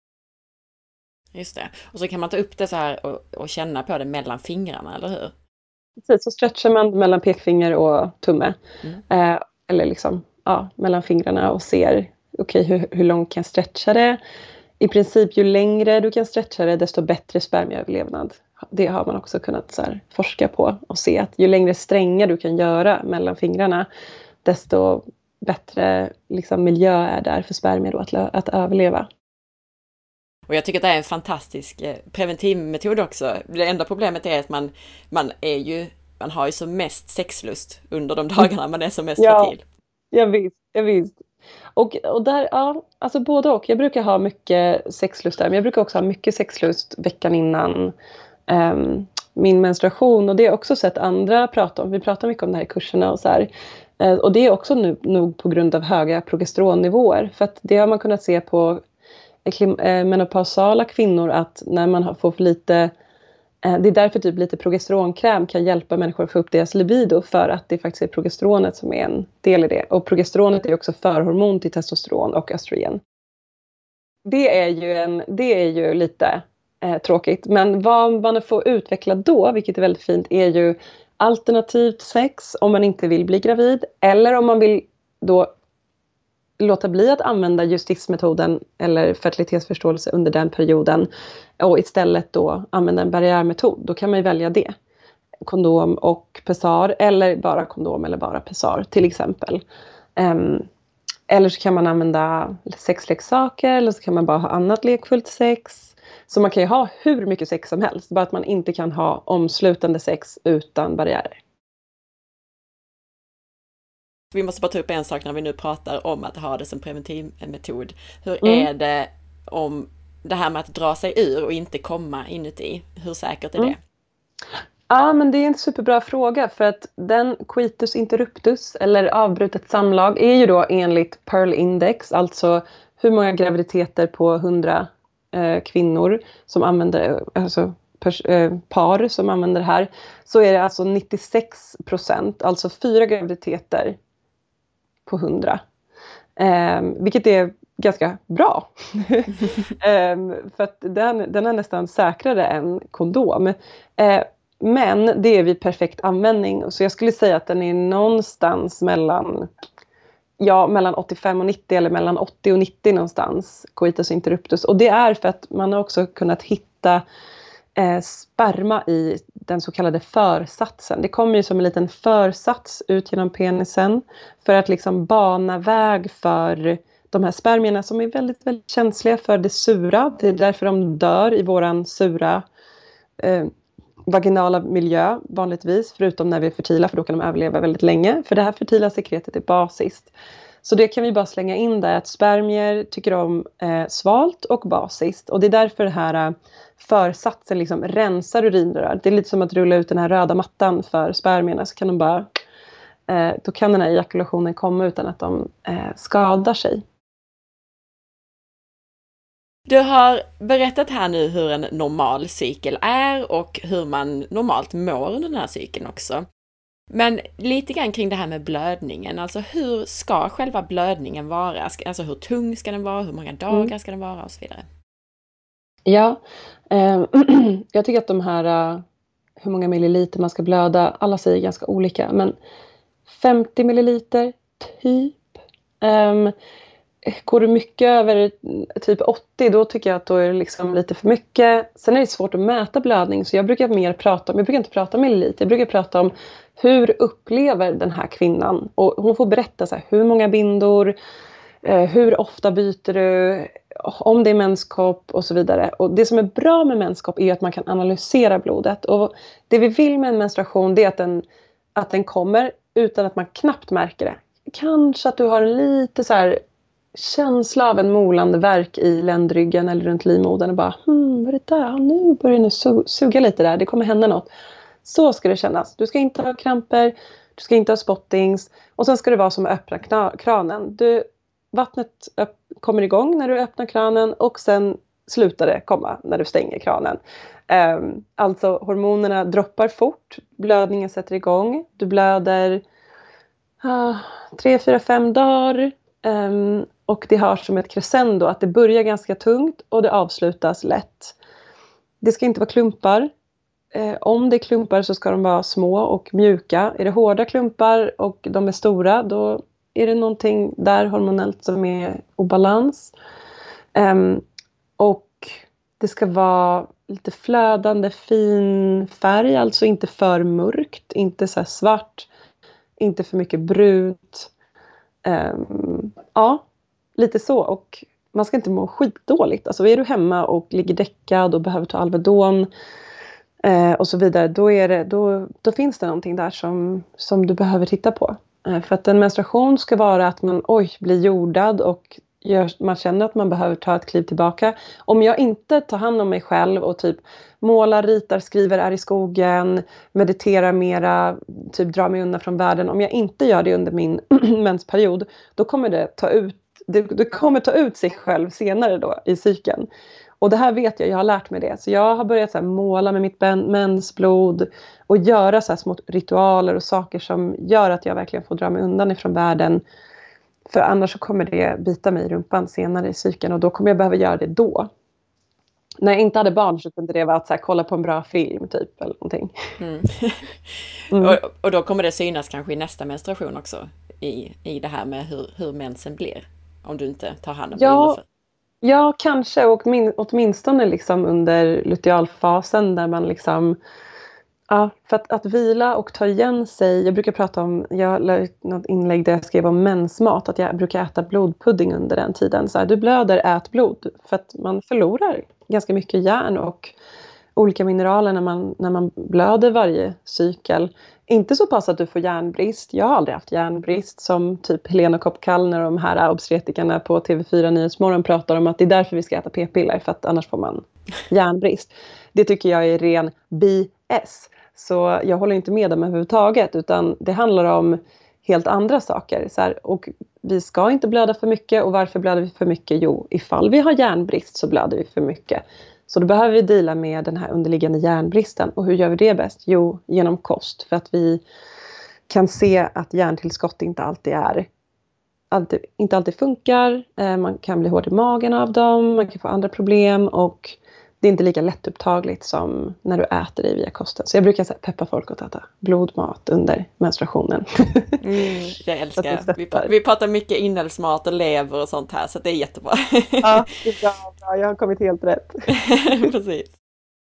Just det. Och så kan man ta upp det så här och, och känna på det mellan fingrarna, eller hur? Precis, så stretchar man mellan pekfinger och tumme. Mm. Uh, eller liksom, ja, mellan fingrarna och ser, okej, okay, hur, hur långt kan jag stretcha det? I princip ju längre du kan stretcha det, desto bättre spermieöverlevnad. Det har man också kunnat så här forska på och se att ju längre strängar du kan göra mellan fingrarna, desto bättre liksom, miljö är där för spermier då att, att överleva. Och jag tycker att det är en fantastisk preventivmetod också. Det enda problemet är att man, man, är ju, man har ju som mest sexlust under de dagarna man är som mest ja, fertil. Ja, visst. Ja, visst. Och, och där, ja, alltså både och. Jag brukar ha mycket sexlust där, men jag brukar också ha mycket sexlust veckan innan um, min menstruation. Och det har också sett andra prata om. Vi pratar mycket om det här i kurserna och så här. Uh, och det är också nu, nog på grund av höga progesteronnivåer. För att det har man kunnat se på uh, menopausala kvinnor att när man har, får för lite... Det är därför typ lite progesteronkräm kan hjälpa människor att få upp deras libido, för att det faktiskt är progesteronet som är en del i det. Och progesteronet är också förhormon till testosteron och östrogen. Det är ju, en, det är ju lite eh, tråkigt. Men vad man får utveckla då, vilket är väldigt fint, är ju alternativt sex om man inte vill bli gravid. Eller om man vill då låta bli att använda just C I S-metoden eller fertilitetsförståelse under den perioden och istället då använda en barriärmetod, då kan man ju välja det. Kondom och pessar, eller bara kondom eller bara pessar till exempel. Um, eller så kan man använda sexleksaker, eller så kan man bara ha annat lekfullt sex. Så man kan ju ha hur mycket sex som helst, bara att man inte kan ha omslutande sex utan barriärer. Vi måste bara ta upp en sak när vi nu pratar om att ha det som preventivmetod. Hur Mm. är det om det här med att dra sig ur och inte komma inuti? Hur säkert är Mm. det? Ja, men det är en superbra fråga, för att den coitus interruptus eller avbrutet samlag är ju då enligt Pearl Index, alltså hur många graviditeter på hundra eh, kvinnor som använder, alltså pers- eh, par som använder det här, så är det alltså nittiosex procent, alltså fyra graviditeter på hundra. Eh, vilket är ganska bra. eh, för att den, den är nästan säkrare än kondom. Eh, Men det är vid perfekt användning. Så jag skulle säga att den är någonstans mellan, ja, mellan åttiofem och nittio eller mellan åttio och nittio någonstans. Coitus interruptus. Och det är för att man har också kunnat hitta eh, sperma i den så kallade försatsen. Det kommer ju som en liten försats ut genom penisen för att liksom bana väg för de här spermierna som är väldigt, väldigt känsliga för det sura. Det är därför de dör i våran sura eh, vaginala miljö vanligtvis, förutom när vi är fertila, för då kan de överleva väldigt länge. För det här fertila sekretet är basiskt. Så det kan vi bara slänga in där, att spermier tycker om eh, svalt och basiskt. Och det är därför det här eh, försatsen liksom rensar urinrör. Det är lite som att rulla ut den här röda mattan för spermierna, så kan de bara, eh, då kan den här ejakulationen komma utan att de eh, skadar sig. Du har berättat här nu hur en normal cykel är och hur man normalt mår under den här cykeln också. Men lite grann kring det här med blödningen, alltså hur ska själva blödningen vara? Alltså hur tung ska den vara, hur många dagar mm. ska den vara och så vidare? Ja, eh, jag tycker att de här, uh, hur många milliliter man ska blöda, alla säger ganska olika. Men femtio milliliter, typ. Um, Går du mycket över typ åttio, då tycker jag att då är det liksom lite för mycket. Sen är det svårt att mäta blödning, så jag brukar mer prata om, jag brukar inte prata om milliliter, jag brukar prata om hur upplever den här kvinnan. Och hon får berätta så här, hur många bindor, eh, hur ofta byter du, om det är menskopp och så vidare. Och det som är bra med menskopp är att man kan analysera blodet. Och det vi vill med en menstruation, det är att den, att den kommer utan att man knappt märker det. Kanske att du har lite så här känsla av en molande verk i ländryggen eller runt livmodern och bara, hmm, vad är det där? Nu börjar den su- suga lite där, det kommer hända något. Så ska det kännas. Du ska inte ha kramper, du ska inte ha spottings, och sen ska det vara som att öppna kna- kranen. Du, vattnet upp, kommer igång när du öppnar kranen och sen slutar det komma när du stänger kranen. Um, alltså hormonerna droppar fort, blödningen sätter igång, du blöder uh, tre, fyra, fem dagar. Um, och det har som ett crescendo att det börjar ganska tungt och det avslutas lätt. Det ska inte vara klumpar. Eh, om det är klumpar så ska de vara små och mjuka. Är det hårda klumpar och de är stora, då är det någonting där hormonellt som är obalans. Um, och det ska vara lite flödande fin färg, alltså inte för mörkt, inte så här svart, inte för mycket brunt. Um, ja, lite så. Och man ska inte må skitdåligt. Alltså är du hemma och ligger däckad och behöver ta Alvedon eh, och så vidare, då, är det, då, då finns det någonting där som, som du behöver titta på. Eh, för att en menstruation ska vara att man oj, blir jordad och gör, man känner att man behöver ta ett kliv tillbaka. Om jag inte tar hand om mig själv och typ målar, ritar, skriver, är i skogen, mediterar mera, typ drar mig undan från världen. Om jag inte gör det under min mensperiod, då kommer det ta ut, det, det kommer ta ut sig själv senare då i cykeln. Och det här vet jag, jag har lärt mig det. Så jag har börjat så här måla med mitt mensblod och göra så här små ritualer och saker som gör att jag verkligen får dra mig undan ifrån världen. För annars så kommer det bita mig i rumpan senare i cykeln och då kommer jag behöva göra det då. När jag inte hade barn så kunde det vara att så här, kolla på en bra film typ eller någonting. Mm. Mm. och, och då kommer det synas kanske i nästa menstruation också i, i det här med hur, hur mensen blir. om du inte tar hand om Ja, det. ja kanske, och min, åtminstone liksom under lutealfasen där man liksom, ja, för att, att vila och ta igen sig. Jag brukar prata om, jag la ut något inlägg där jag skrev om mensmat, att jag brukar äta blodpudding under den tiden. Så här, du blöder, ät blod, för att man förlorar ganska mycket järn och olika mineraler när man, när man blöder varje cykel. Inte så pass att du får järnbrist. Jag har aldrig haft järnbrist, som typ Helena Kopp-Kallner och de här obstetrikerna på T V fyra Nyhetsmorgon pratar om, att det är därför vi ska äta p-piller, för att annars får man järnbrist. Det tycker jag är ren B S. Så jag håller inte med dem överhuvudtaget, utan det handlar om helt andra saker. Så här, och vi ska inte blöda för mycket. Och varför blöder vi för mycket? Jo, ifall vi har järnbrist så blöder vi för mycket. Så då behöver vi dela med den här underliggande järnbristen. Och hur gör vi det bäst? Jo, genom kost. För att vi kan se att järntillskott inte alltid är alltid, inte alltid funkar. Man kan bli hård i magen av dem. Man kan få andra problem. Och det är inte lika lättupptagligt som när du äter det via kosten. Så jag brukar säga, peppa folk att äta blodmat under menstruationen. Mm, jag älskar. Vi, vi pratar mycket inälvsmat och lever och sånt här, så det är jättebra. Ja, det är bra, bra. Jag har kommit helt rätt. Precis.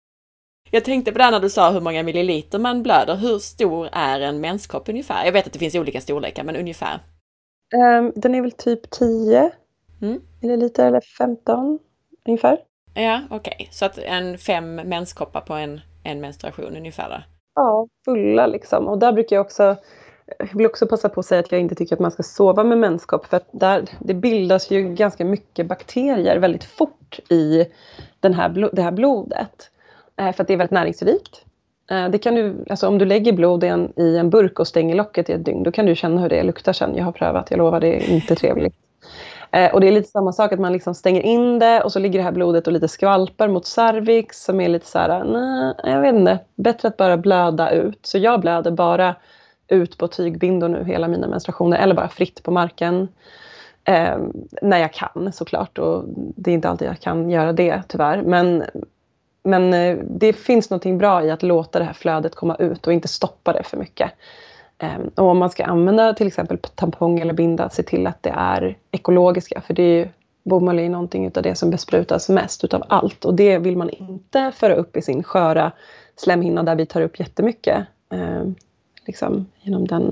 Jag tänkte på det när du sa hur många milliliter man blöder. Hur stor är en menskopp ungefär? Jag vet att det finns olika storlekar, men ungefär. Um, den är väl typ tio mm. milliliter eller femton ungefär. Ja, okej. Okay. Så att en fem menskoppar på en, en menstruation ungefär då? Ja, fulla liksom. Och där brukar jag också, jag vill också passa på att säga att jag inte tycker att man ska sova med menskopp. För att där, det bildas ju ganska mycket bakterier väldigt fort i den här, det här blodet. Eh, för att det är väldigt näringsrikt. Eh, det kan du, alltså om du lägger blod i en, i en burk och stänger locket i ett dygn, då kan du känna hur det luktar sen. Jag har prövat, jag lovar, det är inte trevligt. Eh, och det är lite samma sak, att man liksom stänger in det och så ligger det här blodet och lite skvalpar mot cervix, som är lite så här, nej, jag vet inte, bättre att bara blöda ut. Så jag blöder bara ut på tygbindor nu hela mina menstruationer, eller bara fritt på marken. Eh, när jag kan såklart, och det är inte alltid jag kan göra det tyvärr. Men, men eh, det finns någonting bra i att låta det här flödet komma ut och inte stoppa det för mycket. Um, och om man ska använda till exempel tampong eller binda, se till att det är ekologiska. För det är ju, bomull är någonting utav det som besprutas mest utav allt. Och det vill man inte föra upp i sin sköra slemhinna, där vi tar upp jättemycket. Um, liksom genom den.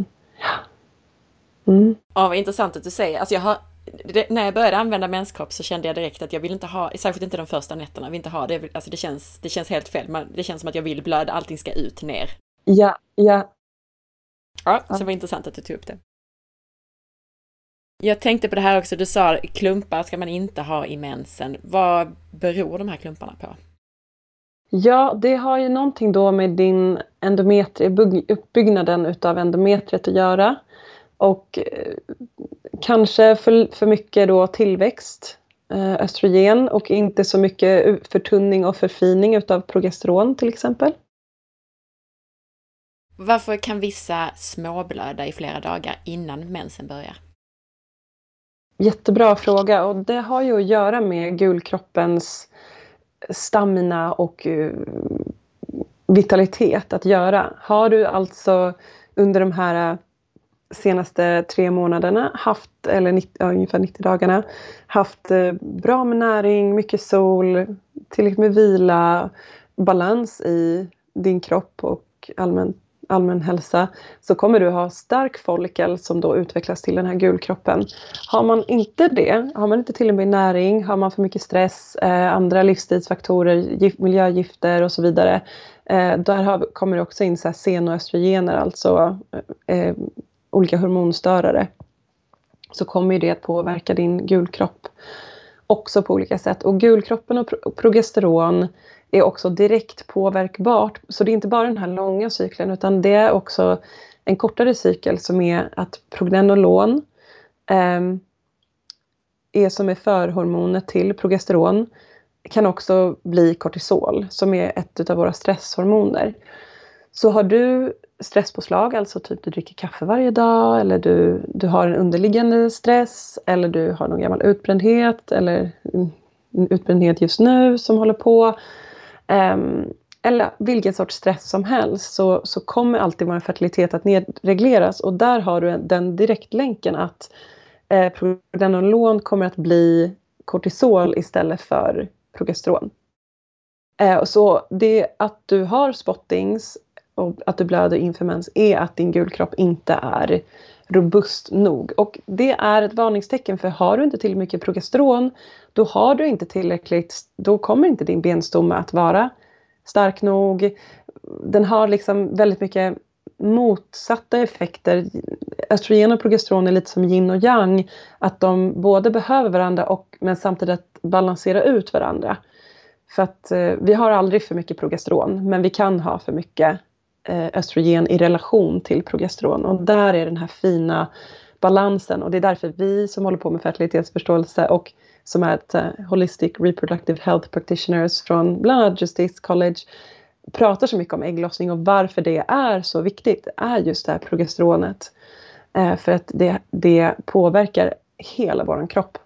Ja, mm. Ja, vad intressant att du säger. Alltså jag har, det, när jag började använda menskopp så kände jag direkt att jag vill inte ha, särskilt inte de första nätterna, vill inte ha det. Alltså det känns, det känns helt fel. Man, det känns som att jag vill blöda, allting ska ut ner. Ja, ja. Ja, så det var intressant att du tog upp det. Jag tänkte på det här också, du sa klumpar ska man inte ha i mensen. Vad beror de här klumparna på? Ja, det har ju någonting då med din endometri, uppbyggnaden utav endometriet att göra. Och eh, kanske för, för mycket då tillväxt, eh, östrogen, och inte så mycket förtunning och förfining utav progesteron till exempel. Varför kan vissa småblöda i flera dagar innan mensen börjar? Jättebra fråga, och det har ju att göra med gulkroppens stamina och uh, vitalitet att göra. Har du alltså under de här senaste tre månaderna haft, eller nittio, ja, ungefär nittio dagarna, haft uh, bra med näring, mycket sol, tillräckligt med vila, balans i din kropp och allmänt allmän hälsa, så kommer du ha stark follikel som då utvecklas till den här gulkroppen. Har man inte det, har man inte till och med näring, har man för mycket stress, eh, andra livsstilsfaktorer, gift, miljögifter och så vidare, eh, där har, kommer det också in så här senoöstrogener, alltså eh, olika hormonstörare. Så kommer det att påverka din gulkropp också på olika sätt. Och gulkroppen och, pro- och progesteron är också direkt påverkbart. Så det är inte bara den här långa cykeln, utan det är också en kortare cykel som är att prognenolon eh, är som är förhormonet till progesteron, kan också bli kortisol som är ett av våra stresshormoner. Så har du stresspåslag, alltså typ du dricker kaffe varje dag, eller du, du har en underliggande stress, eller du har någon gammal utbrändhet, eller en utbrändhet just nu som håller på, Um, eller vilken sorts stress som helst, så, så kommer alltid vår fertilitet att nedregleras. Och där har du den direktlänken att eh, progestenolon kommer att bli kortisol istället för progesteron. Eh, så det att du har spottings och att du blöder inför mens är att din gulkropp inte är robust nog. Och det är ett varningstecken, för har du inte tillräckligt mycket progesteron, då har du inte tillräckligt, då kommer inte din benstomme att vara stark nog. Den har liksom väldigt mycket motsatta effekter. Östrogen och progesteron är lite som yin och yang, att de både behöver varandra och men samtidigt balansera ut varandra. För att eh, vi har aldrig för mycket progesteron, men vi kan ha för mycket eh, östrogen i relation till progesteron. Och där är den här fina balansen, och det är därför vi som håller på med fertilitetsförståelse och som är ett uh, Holistic Reproductive Health Practitioners från bland annat Justice College pratar så mycket om ägglossning, och varför det är så viktigt är just det här progesteronet. Eh, för att det, det påverkar hela vår kropp.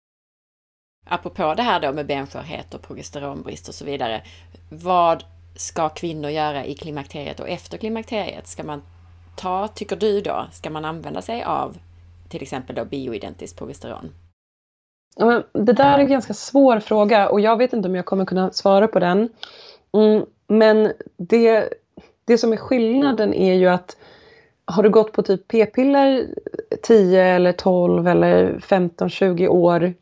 Apropå det här då med benskörhet och progesteronbrist och så vidare. Vad ska kvinnor göra i klimakteriet och efter klimakteriet? Ska man ta, tycker du då, ska man använda sig av till exempel då bioidentiskt progesteron? Ja, men det där är en ganska svår fråga, och jag vet inte om jag kommer kunna svara på den. Mm, men det, det som är skillnaden är ju att har du gått på typ p-piller tio eller tolv eller femton tjugo år,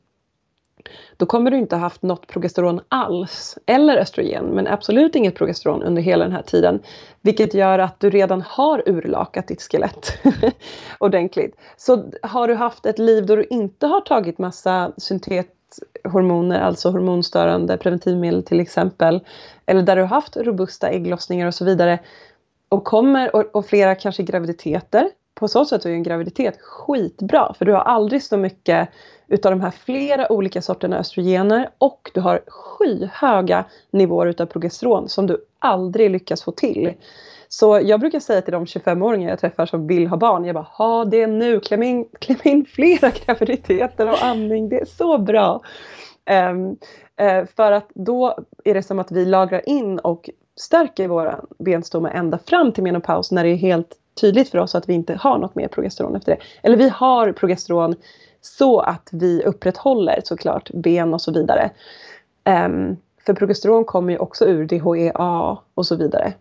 då kommer du inte ha haft något progesteron alls, eller östrogen, men absolut inget progesteron under hela den här tiden. Vilket gör att du redan har urlakat ditt skelett ordentligt. Så har du haft ett liv då du inte har tagit massa syntethormoner, alltså hormonstörande preventivmedel till exempel, eller där du har haft robusta ägglossningar och så vidare, och kommer, och, och flera kanske graviditeter, på så sätt är ju en graviditet skitbra, för du har aldrig så mycket utav de här flera olika sorterna östrogener, och du har skyhöga nivåer utav progesteron som du aldrig lyckas få till. Så jag brukar säga till de tjugofem-åringar jag träffar som vill ha barn, jag bara, ha det nu, kläm in, kläm in flera graviditeter och amning, det är så bra. Um, uh, för att då är det som att vi lagrar in och stärker våra benstomme ända fram till menopaus, när det är helt tydligt för oss att vi inte har något mer progesteron efter det. Eller vi har progesteron så att vi upprätthåller såklart ben och så vidare. Um, för progesteron kommer ju också ur D H E A och så vidare.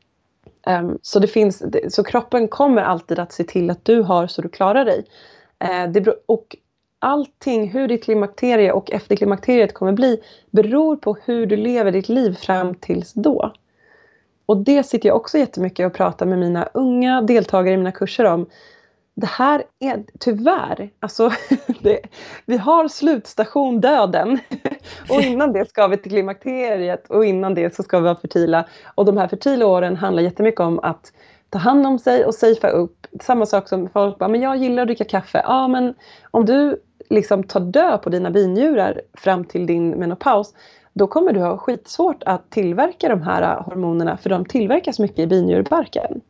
Um, så, det finns, så kroppen kommer alltid att se till att du har så du klarar dig. Uh, det, och allting, hur ditt klimakterie och efter klimakteriet kommer bli, beror på hur du lever ditt liv fram tills då. Och det sitter jag också jättemycket och pratar med mina unga deltagare i mina kurser om. Det här är tyvärr, alltså det, vi har slutstation döden, och innan det ska vi till klimakteriet, och innan det så ska vi vara fertila. Och de här fertila åren handlar jättemycket om att ta hand om sig och safea upp. Samma sak som folk bara, men jag gillar att dricka kaffe. Ja, men om du liksom tar död på dina binjurar fram till din menopaus, då kommer du ha skitsvårt att tillverka de här hormonerna, för de tillverkas mycket i binjurbarken.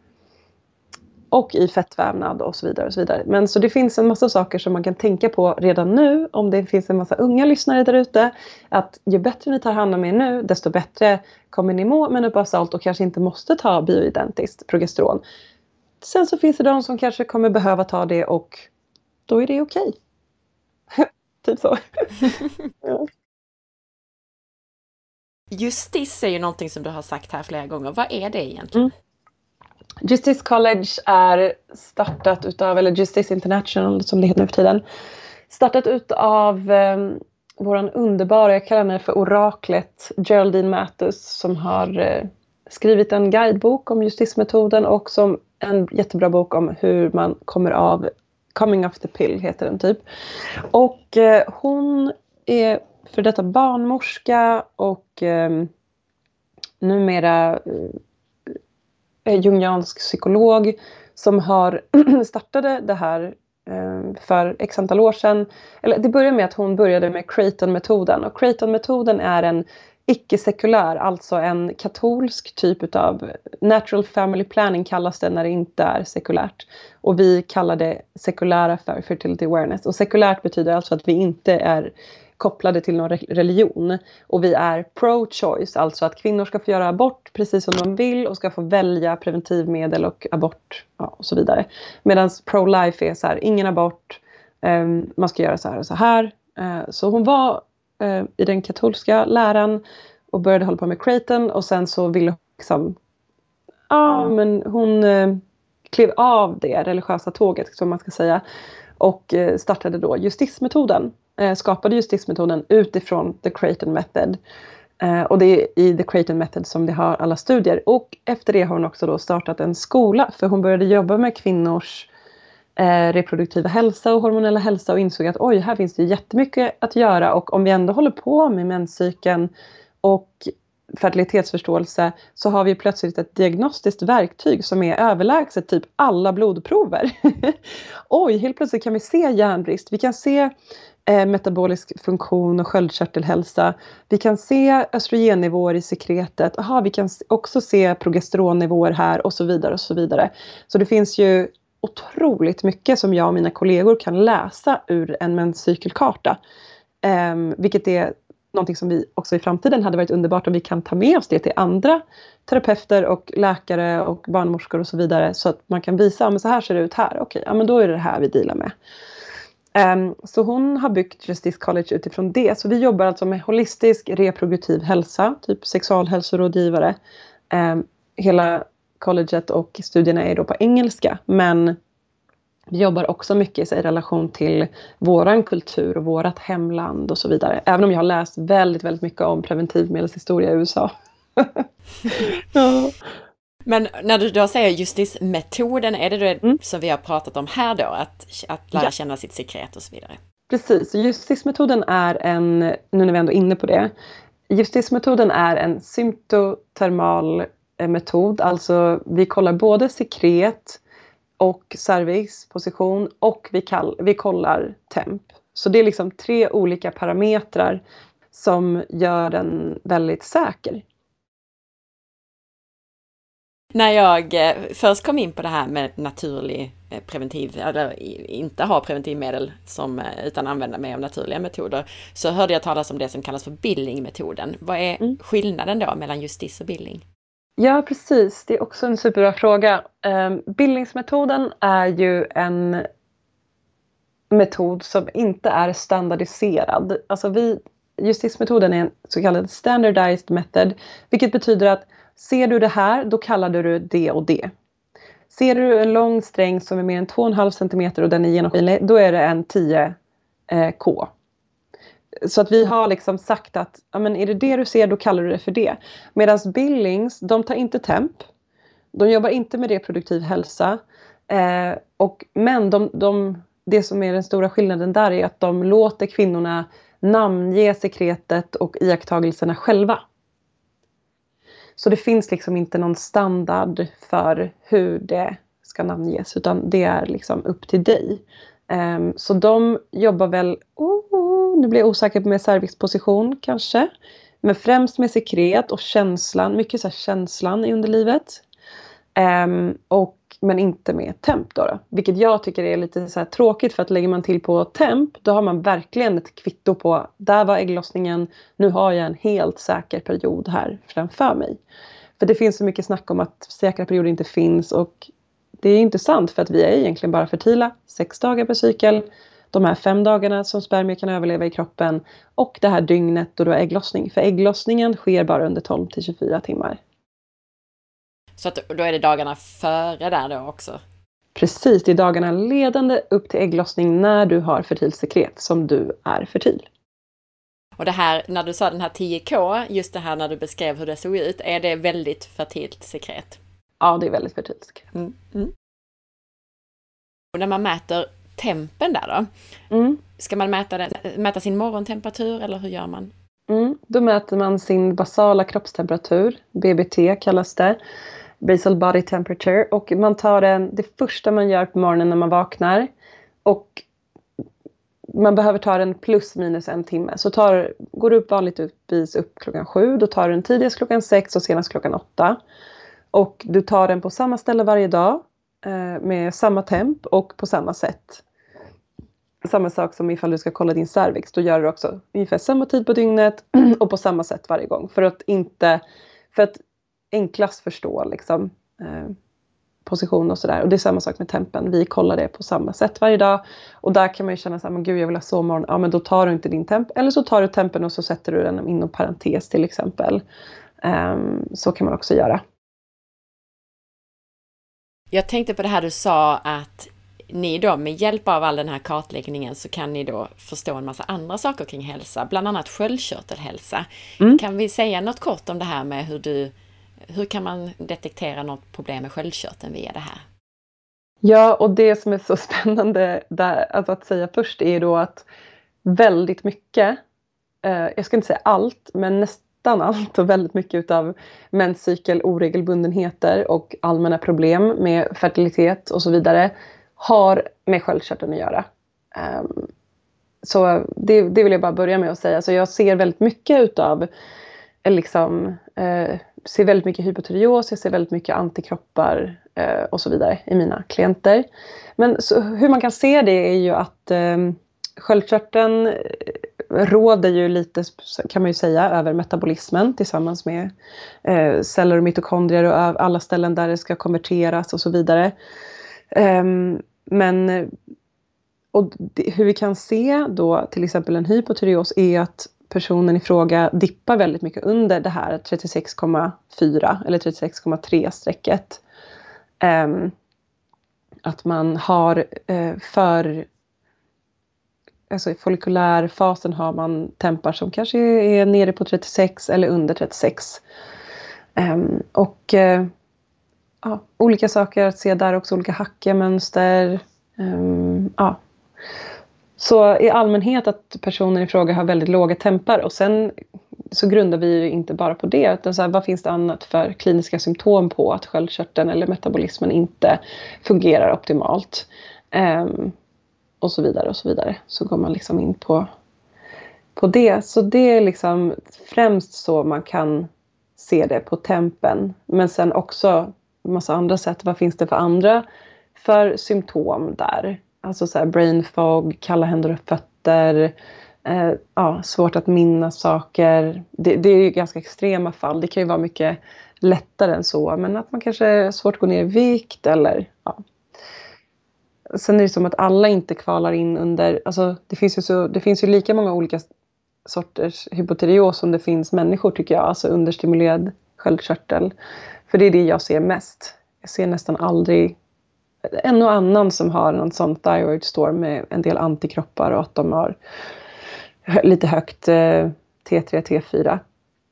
Och i fettvävnad och så vidare och så vidare. Men så det finns en massa saker som man kan tänka på redan nu. Om det finns en massa unga lyssnare där ute. Att ju bättre ni tar hand om er nu, desto bättre kommer ni må menopausalt och kanske inte måste ta bioidentiskt progesteron. Sen så finns det de som kanske kommer behöva ta det, och då är det okej. Typ så. Ja. Justice är ju någonting som du har sagt här flera gånger. Vad är det egentligen? Mm. Justice College är startat utav, eller Justice International som det heter nu för tiden, startat utav eh, våran underbara, jag kallar henne för oraklet, Geraldine Matthews, som har eh, skrivit en guidebok om justismetoden, och som en jättebra bok om hur man kommer av, coming off the pill heter den typ. Och eh, hon är för detta barnmorska och eh, numera eh, jungiansk psykolog, som har startade det här eh, för x antal år sedan. Eller det började med att hon började med Creighton-metoden. Och Creighton-metoden är en icke-sekulär, alltså en katolsk typ av natural family planning kallas det när det inte är sekulärt. Och vi kallar det sekulära för fertility awareness. Och sekulärt betyder alltså att vi inte är kopplade till någon religion. Och vi är pro-choice, alltså att kvinnor ska få göra abort precis som de vill och ska få välja preventivmedel och abort, ja, och så vidare. Medan pro-life är så här, ingen abort, eh, man ska göra så här och så här. Eh, så hon var eh, i den katolska läran och började hålla på med Creighton, och sen så ville hon liksom, ja men hon eh, klev av det religiösa tåget, som man ska säga, och eh, startade då justismetoden. Eh, skapade justismetoden utifrån the Creighton method. Eh, och det är i the Creighton method som det har alla studier. Och efter det har hon också då startat en skola, för hon började jobba med kvinnors eh, reproduktiva hälsa och hormonella hälsa, och insåg att oj, här finns det jättemycket att göra, och om vi ändå håller på med menscykeln och fertilitetsförståelse, så har vi plötsligt ett diagnostiskt verktyg som är överlägset typ alla blodprover. Oj, helt plötsligt kan vi se järnbrist. Vi kan se eh, metabolisk funktion och sköldkörtelhälsa. Vi kan se östrogennivåer i sekretet. Aha, vi kan också se progesteronnivåer här, och så vidare och så vidare. Så det finns ju otroligt mycket som jag och mina kollegor kan läsa ur en menscykelkarta. Eh, vilket är någonting som vi också i framtiden hade varit underbart om vi kan ta med oss det till andra terapeuter och läkare och barnmorskor och så vidare, så att man kan visa, men så här ser det ut här, okej, ja men då är det det här vi dealar med. Um, så hon har byggt Justice College utifrån det, så vi jobbar alltså med holistisk reproduktiv hälsa, typ sexualhälsorådgivare. Um, hela colleget och studierna är då på engelska, men vi jobbar också mycket i relation till våran kultur och vårat hemland och så vidare. Även om jag har läst väldigt, väldigt mycket om preventivmedelshistoria i U S A. Ja. Men när du då säger justismetoden, är det det mm. som vi har pratat om här då? Att, att lära ja. känna sitt sekret och så vidare? Precis, justismetoden är en, nu när vi ändå är inne på det. Justismetoden är en symptotermal metod. Alltså vi kollar både sekret och cervixposition, och vi, kall, vi kollar temp. Så det är liksom tre olika parametrar som gör den väldigt säker. När jag först kom in på det här med naturlig preventiv, eller inte ha preventivmedel som, utan använda mig av naturliga metoder, så hörde jag talas om det som kallas för Billing-metoden. Vad är mm. skillnaden då mellan justis och Billing? Ja, precis. Det är också en superbra fråga. Um, Billingsmetoden är ju en metod som inte är standardiserad. Alltså vi, justismetoden är en så kallad standardized method, vilket betyder att ser du det här, då kallar du det och det. Ser du en lång sträng som är mer än två komma fem centimeter och den är genomskinlig, då är det en tio K. Så att vi har liksom sagt att ja, men är det det du ser, då kallar du det för det. Medan Billings, de tar inte temp. De jobbar inte med reproduktiv hälsa. Eh, och, men de, de, det som är den stora skillnaden där är att de låter kvinnorna namnge sekretet och iakttagelserna själva. Så det finns liksom inte någon standard för hur det ska namnges, utan det är liksom upp till dig. Um, så de jobbar väl, oh, nu blir jag osäker med cervixposition kanske, men främst med sekret och känslan, mycket så här känslan i underlivet. Um, och, men inte med temp då, då. Vilket jag tycker är lite så här tråkigt, för att lägger man till på temp, då har man verkligen ett kvitto på, där var ägglossningen, nu har jag en helt säker period här framför mig. För det finns så mycket snack om att säkra perioder inte finns, och det är inte sant, för att vi är egentligen bara fertila sex dagar per cykel. De här fem dagarna som spermier kan överleva i kroppen, och det här dygnet då du har ägglossning. För ägglossningen sker bara under tolv till tjugofyra timmar. Så att då är det dagarna före där då också? Precis, det är dagarna ledande upp till ägglossning när du har fertil sekret som du är fertil. Och det här, när du sa den här tio K, just det här när du beskrev hur det såg ut, är det väldigt fertilt sekret? Ja, det är väldigt fertilt sekret. Mm. Mm. Och när man mäter tempen där då, mm. ska man mäta, den, mäta sin morgontemperatur, eller hur gör man? Mm. Då mäter man sin basala kroppstemperatur, B B T kallas det, basal body temperature, och man tar den, det första man gör på morgonen när man vaknar, och man behöver ta den plus minus en timme. Så tar, går du upp vanligtvis upp klockan sju, då tar du den tidigast klockan sex och senast klockan åtta. Och du tar den på samma ställe varje dag eh, med samma temp och på samma sätt. Samma sak som ifall du ska kolla din cervix, då gör du också ungefär samma tid på dygnet och på samma sätt varje gång. För att inte, för att enklast förstå liksom, eh, position och sådär. Och det är samma sak med tempen. Vi kollar det på samma sätt varje dag. Och där kan man ju känna så här, men gud jag vill ha sovmorgon. Ja men då tar du inte din temp. Eller så tar du tempen och så sätter du den inom parentes till exempel. Um, så kan man också göra. Jag tänkte på det här du sa att ni då med hjälp av all den här kartläggningen så kan ni då förstå en massa andra saker kring hälsa. Bland annat sköldkörtelhälsa. Mm. Kan vi säga något kort om det här med hur du, hur kan man detektera något problem med sköldkörteln via det här? Ja, och det som är så spännande där, alltså att säga först är då att väldigt mycket, eh, jag ska inte säga allt, men nästan allt och väldigt mycket utav menscykel, oregelbundenheter och allmänna problem med fertilitet och så vidare har med sköldkörteln att göra. Um, så det, det vill jag bara börja med att säga. Så jag ser väldigt mycket utav, liksom, uh, ser väldigt mycket hypotyreos, jag ser väldigt mycket antikroppar uh, och så vidare i mina klienter. Men så, hur man kan se det är ju att um, sköldkörteln råder ju lite, kan man ju säga, över metabolismen tillsammans med uh, celler och mitokondrier och alla ställen där det ska konverteras och så vidare. Um, men och det, hur vi kan se då till exempel en hypotyreos är att personen i fråga dippar väldigt mycket under det här trettiosex komma fyra eller trettiosex komma tre strecket. Um, att man har uh, för alltså i follikulärfasen har man tempar som kanske är nere på trettiosex eller under trettiosex. Um, och uh, Ja, olika saker att se där också, olika hackiga mönster. Um, ja. Så i allmänhet att personer i fråga har väldigt låga tempar. Och sen så grundar vi ju inte bara på det. Utan så här, vad finns det annat för kliniska symptom på att sköldkörteln eller metabolismen inte fungerar optimalt. Um, och så vidare och så vidare. Så går man liksom in på, på det. Så det är liksom främst så man kan se det på tempen. Men sen också massa andra sätt. Vad finns det för andra för symptom där? Alltså så här brain fog, kalla händer och fötter. Eh, ja, svårt att minnas saker. Det, det är ju ganska extrema fall. Det kan ju vara mycket lättare än så. Men att man kanske är svårt att gå ner i vikt. Eller, ja. Sen är det som att alla inte kvalar in under... Alltså det finns ju, så, det finns ju lika många olika sorters hypotyreos som det finns människor tycker jag. Alltså understimulerad sköldkörtel. För det är det jag ser mest. Jag ser nästan aldrig en och annan som har någon sån thyroid storm med en del antikroppar och att de har lite högt eh, T tre, T fyra.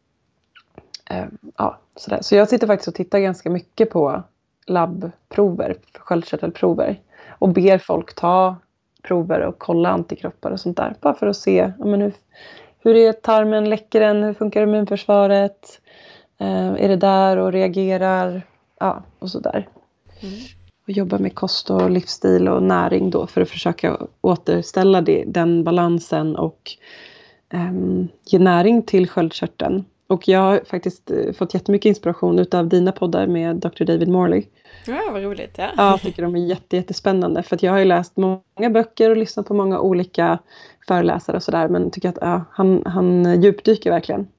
Eh, ja, sådär. Så jag sitter faktiskt och tittar ganska mycket på labbprover, sköldkörtelprover. Och ber folk ta prover och kolla antikroppar och sånt där. Bara för att se ja, men hur, hur är tarmen, läcker den, hur funkar immunförsvaret? Uh, är det där och reagerar? Ja, och sådär. Mm. Och jobba med kost och livsstil och näring då för att försöka återställa det, den balansen och um, ge näring till sköldkörteln. Och jag har faktiskt uh, fått jättemycket inspiration utav dina poddar med doktor David Morley. Ja, vad roligt. Ja, ja jag tycker de är jätte, jättespännande. För att jag har ju läst många böcker och lyssnat på många olika föreläsare och sådär. Men tycker att ja, han, han djupdyker verkligen.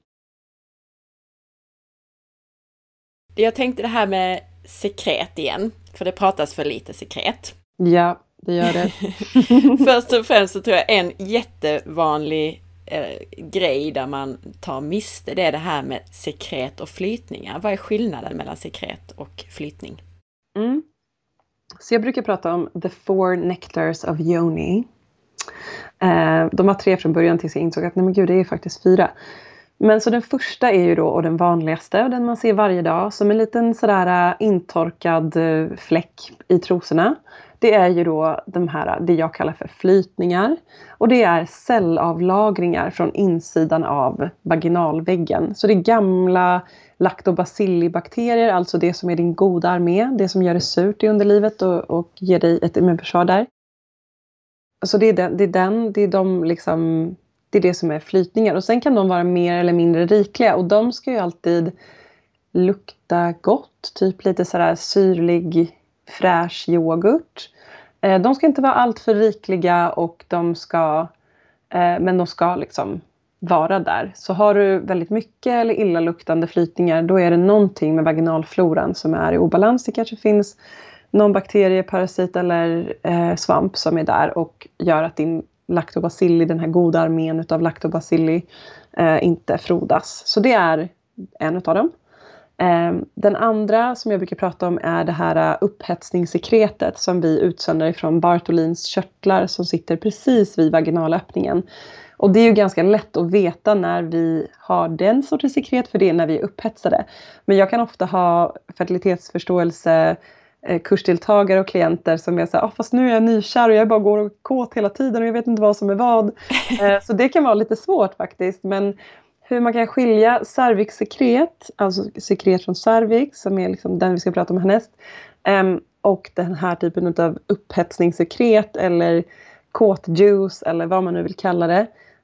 Jag tänkte det här med sekret igen, för det pratas för lite sekret. Ja, det gör det. Först och främst så tror jag en jättevanlig eh, grej där man tar miste, det är det här med sekret och flytningar. Vad är skillnaden mellan sekret och flytning? Mm. Så jag brukar prata om the four nectars of yoni. Eh, de har tre från början tills jag insåg att nej men gud, det är faktiskt fyra. Men så den första är ju då och den vanligaste och den man ser varje dag som en liten sådär intorkad fläck i trosorna. Det är ju då de här, det jag kallar för flytningar. Och det är cellavlagringar från insidan av vaginalväggen. Så det är gamla lactobacillibakterier, alltså det som är din goda armé. Det som gör det surt i underlivet och, och ger dig ett immunförsvar där. Så det är den, det är, den, det är de liksom... Det är det som är flytningar. Och sen kan de vara mer eller mindre rikliga. Och de ska ju alltid lukta gott. Typ lite sådär syrlig, fräsch yoghurt. Eh, de ska inte vara allt för rikliga. Och de ska... Eh, men de ska liksom vara där. Så har du väldigt mycket eller illaluktande flytningar, då är det någonting med vaginalfloran som är i obalans. Det kanske finns någon bakterie, parasit eller eh, svamp som är där och gör att din lactobacilli, den här goda armén utav lactobacilli, eh, inte frodas. Så det är en utav dem. Eh, den andra som jag brukar prata om är det här upphetsningssekretet som vi utsöndrar ifrån Bartholins körtlar som sitter precis vid vaginalöppningen. Och det är ju ganska lätt att veta när vi har den sortens sekret, för det är när vi är upphetsade. Men jag kan ofta ha fertilitetsförståelse kursdeltagare och klienter som är så här, ah, fast nu är jag nykär och jag bara går och kåt hela tiden och jag vet inte vad som är vad. Så det kan vara lite svårt faktiskt, men hur man kan skilja cervixsekret, alltså sekret från cervix som är liksom den vi ska prata om härnäst, och den här typen av upphetsningssekret eller kåtjuice eller vad man nu vill kalla det,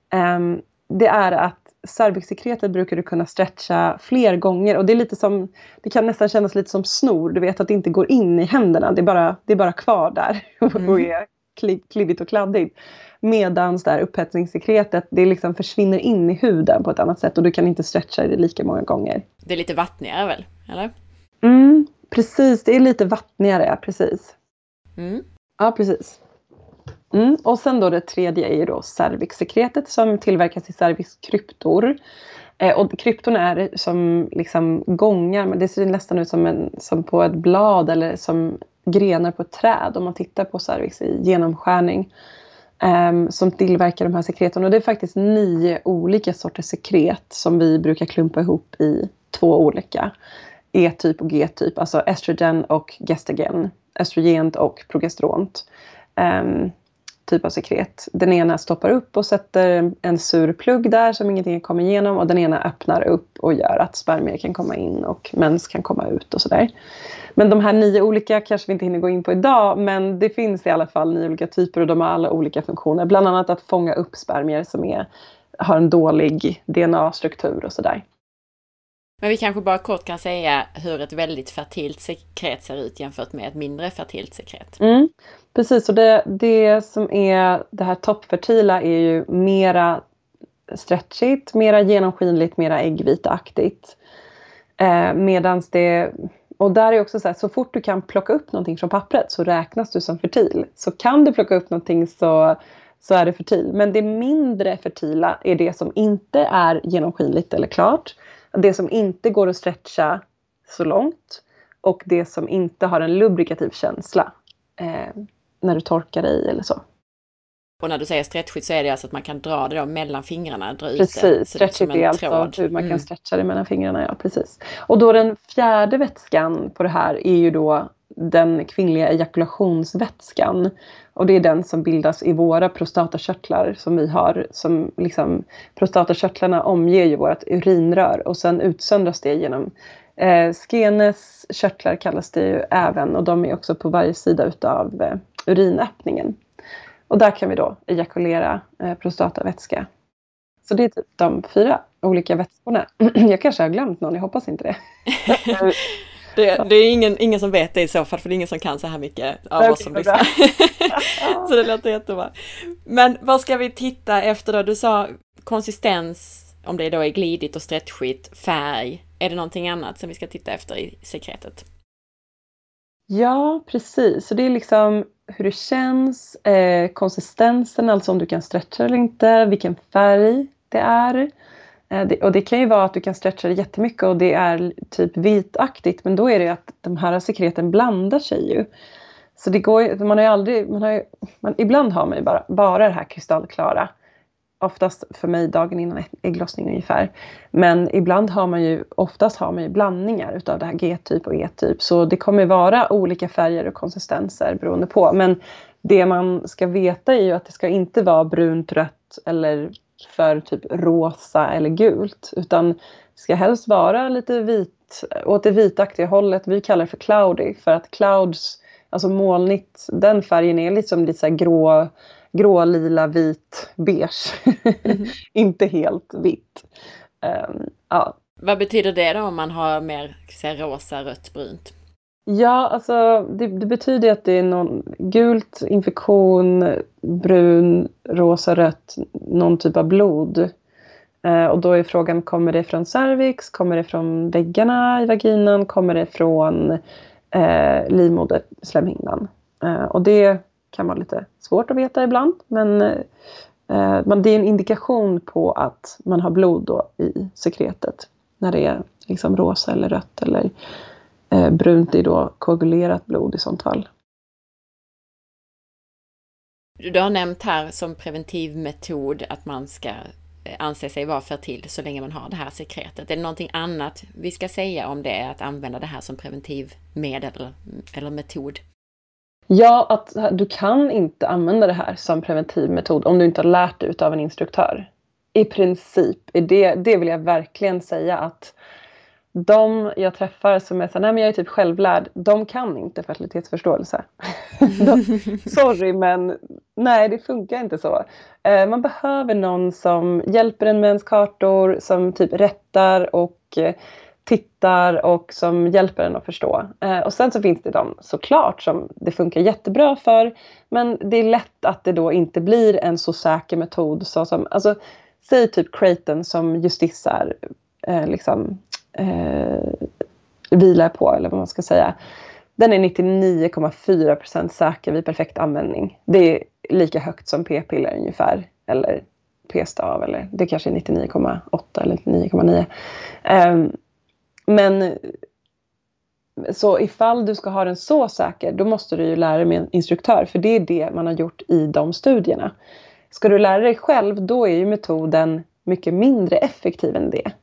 det är att cervixsekretet brukar du kunna stretcha fler gånger. Och det är lite som, det kan nästan kännas lite som snor. Du vet att det inte går in i händerna. Det är bara, det är bara kvar där. Mm. Och är klibbigt och kladdigt. Medans där upphetsningssekretet, det liksom försvinner in i huden på ett annat sätt. Och du kan inte stretcha det lika många gånger. Det är lite vattnigare väl? Eller? Mm, precis. Det är lite vattnigare, precis. Mm. Ja, precis. Mm. Och sen då det tredje är ju då cervixsekretet som tillverkas i cervixkryptor. Eh, och kryptorna är som liksom gångar, men det ser nästan ut som, en, som på ett blad eller som grenar på ett träd om man tittar på cervix i genomskärning. Eh, som tillverkar de här sekreterna. Och det är faktiskt nio olika sorters sekret som vi brukar klumpa ihop i två olika. E-typ och G-typ, alltså estrogen och gestagen. Östrogent och progesteront. Um, typ av sekret. Den ena stoppar upp och sätter en sur plugg där som ingenting kommer igenom, och den ena öppnar upp och gör att spermier kan komma in och mens kan komma ut och sådär. Men de här nio olika kanske vi inte hinner gå in på idag, men det finns i alla fall nio olika typer och de har alla olika funktioner. Bland annat att fånga upp spermier som är, har en dålig D N A-struktur och sådär. Men vi kanske bara kort kan säga hur ett väldigt fertilt sekret ser ut jämfört med ett mindre fertilt sekret. Mm, precis, och det, det som är det här toppfertila är ju mera stretchigt, mera genomskinligt, mera äggvitaaktigt. Eh, medans det, och där är också så här, så fort du kan plocka upp någonting från pappret så räknas du som fertil. Så kan du plocka upp någonting så, så är det fertil. Men det mindre fertila är det som inte är genomskinligt eller klart. Det som inte går att stretcha så långt. Och det som inte har en lubrikativ känsla. Eh, när du torkar dig eller så. Och när du säger stretchigt så är det alltså att man kan dra det då mellan fingrarna. Dra precis, ut det, stretchigt är alltså hur man mm. kan stretcha det mellan fingrarna. Ja, precis. Och då den fjärde vätskan på det här är ju då den kvinnliga ejakulationsvätskan. Och det är den som bildas i våra prostatakörtlar som vi har. Som liksom, prostatakörtlarna omger ju vårt urinrör. Och sen utsöndras det genom eh, Skenes körtlar kallas det ju även. Och de är också på varje sida utav eh, urinöppningen. Och där kan vi då ejakulera eh, prostatavätska. Så det är typ de fyra olika vätskorna. Jag kanske har glömt någon, jag hoppas inte det. Det, det är ingen, ingen som vet det i så fall, för det är ingen som kan så här mycket av oss som lyssnar. Så det låter jättebra. Men vad ska vi titta efter då? Du sa konsistens, om det då är glidigt och stretchigt, färg. Är det någonting annat som vi ska titta efter i sekretet? Ja, precis. Så det är liksom hur det känns, eh, konsistensen, alltså om du kan stretcha eller inte, vilken färg det är. Det, och det kan ju vara att du kan stretcha det jättemycket och det är typ vitaktigt. Men då är det att de här sekreten blandar sig ju. Så det går, man har ju aldrig, man har ju, man, ibland har man ju bara, bara det här kristallklara. Oftast för mig dagen innan ägglossning ungefär. Men ibland har man ju, oftast har man ju blandningar utav det här G-typ och E-typ. Så det kommer vara olika färger och konsistenser beroende på. Men det man ska veta är ju att det ska inte vara brunt, rött eller för typ rosa eller gult, utan det ska helst vara lite vit, åt det vitaktiga hållet. Vi kallar det för cloudy, för att clouds, alltså molnigt, den färgen är liksom lite så här grå, grå, lila, vit, beige. Mm. Inte helt vitt. Um, ja. Vad betyder det då om man har mer så här, rosa, rött, brunt? Ja, alltså det, det betyder att det är någon gult, infektion, brun, rosa, rött, någon typ av blod. Eh, och då är frågan, kommer det från cervix? Kommer det från väggarna i vaginan? Kommer det från eh, livmoderslemhinnan? Eh, och det kan vara lite svårt att veta ibland. Men, eh, men det är en indikation på att man har blod då i sekretet. När det är liksom rosa eller rött eller eh, brunt, är då koagulerat blod i sånt fall. Du har nämnt här som preventiv metod att man ska anse sig vara fertil så länge man har det här sekretet. Är det någonting annat vi ska säga om det, att använda det här som preventiv medel eller, eller metod? Ja, att du kan inte använda det här som preventiv metod om du inte har lärt dig av en instruktör. I princip, är det, det vill jag verkligen säga att de jag träffar som är så här, nej men jag är typ självlärd, de kan inte fertilitetsförståelse. de, sorry men nej, det funkar inte så. Eh, man behöver någon som hjälper en med ens kartor, som typ rättar och eh, tittar och som hjälper en att förstå. Eh, och sen så finns det de såklart som det funkar jättebra för, men det är lätt att det då inte blir en så säker metod så som, alltså säg typ Creighton som Justissar eh, liksom Eh, vilar på, eller vad man ska säga. Den är nittionio komma fyra procent säker vid perfekt användning. Det är lika högt som p-piller ungefär, eller p-stav, eller det kanske är nittionio komma åtta eller nittionio komma nio. Eh, men så ifall du ska ha den så säker, då måste du ju lära dig med en instruktör, för det är det man har gjort i de studierna. Ska du lära dig själv, då är ju metoden mycket mindre effektiv än det.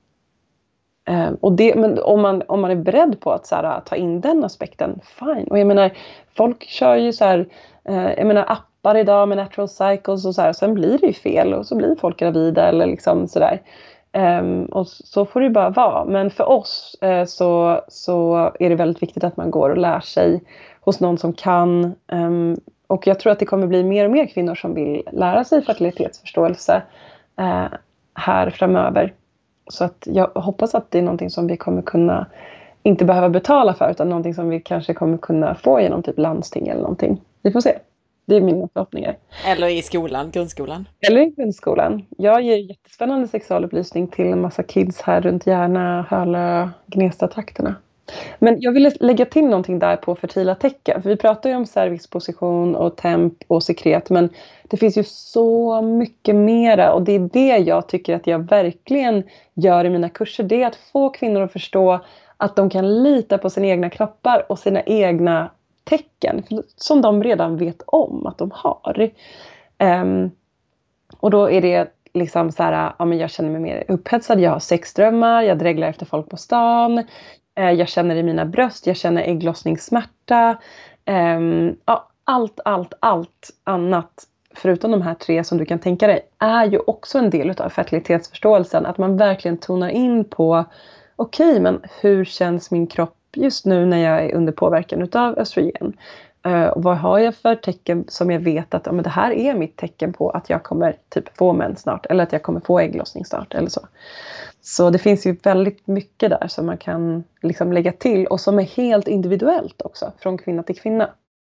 Uh, och det, men om man, om man är beredd på att så här, ta in den aspekten, fine. Och jag menar, folk kör ju så här, uh, jag menar appar idag med natural cycles och så här, och sen blir det ju fel och så blir folk gravida eller liksom sådär. Um, och så får det bara vara. Men för oss uh, så, så är det väldigt viktigt att man går och lär sig hos någon som kan. Um, och jag tror att det kommer bli mer och mer kvinnor som vill lära sig fertilitetsförståelse uh, här framöver. Så att jag hoppas att det är någonting som vi kommer kunna inte behöva betala för, utan någonting som vi kanske kommer kunna få genom typ landsting eller någonting. Vi får se. Det är mina förhoppningar. Eller i skolan, grundskolan. Eller i grundskolan. Jag ger jättespännande sexualupplysning till en massa kids här runt Järna, Hölö, Gnesta-trakterna. Men jag ville lägga till någonting där på fertila tecken. För vi pratar ju om cervixposition och temp och sekret. Men det finns ju så mycket mera. Och det är det jag tycker att jag verkligen gör i mina kurser. Det är att få kvinnor att förstå att de kan lita på sina egna kroppar och sina egna tecken. Som de redan vet om att de har. Um, och då är det liksom så här, ja men jag känner mig mer upphetsad. Jag har sexdrömmar, jag dreglar efter folk på stan. Jag känner i mina bröst, jag känner ägglossningssmärta. Um, ja, allt, allt, allt annat förutom de här tre som du kan tänka dig är ju också en del av fertilitetsförståelsen. Att man verkligen tonar in på, okej, okay, men hur känns min kropp just nu när jag är under påverkan utav östrogen? Uh, och vad har jag för tecken som jag vet att ja, men det här är mitt tecken på att jag kommer typ få mens snart. Eller att jag kommer få ägglossning snart eller så. Så det finns ju väldigt mycket där som man kan liksom lägga till. Och som är helt individuellt också. Från kvinna till kvinna.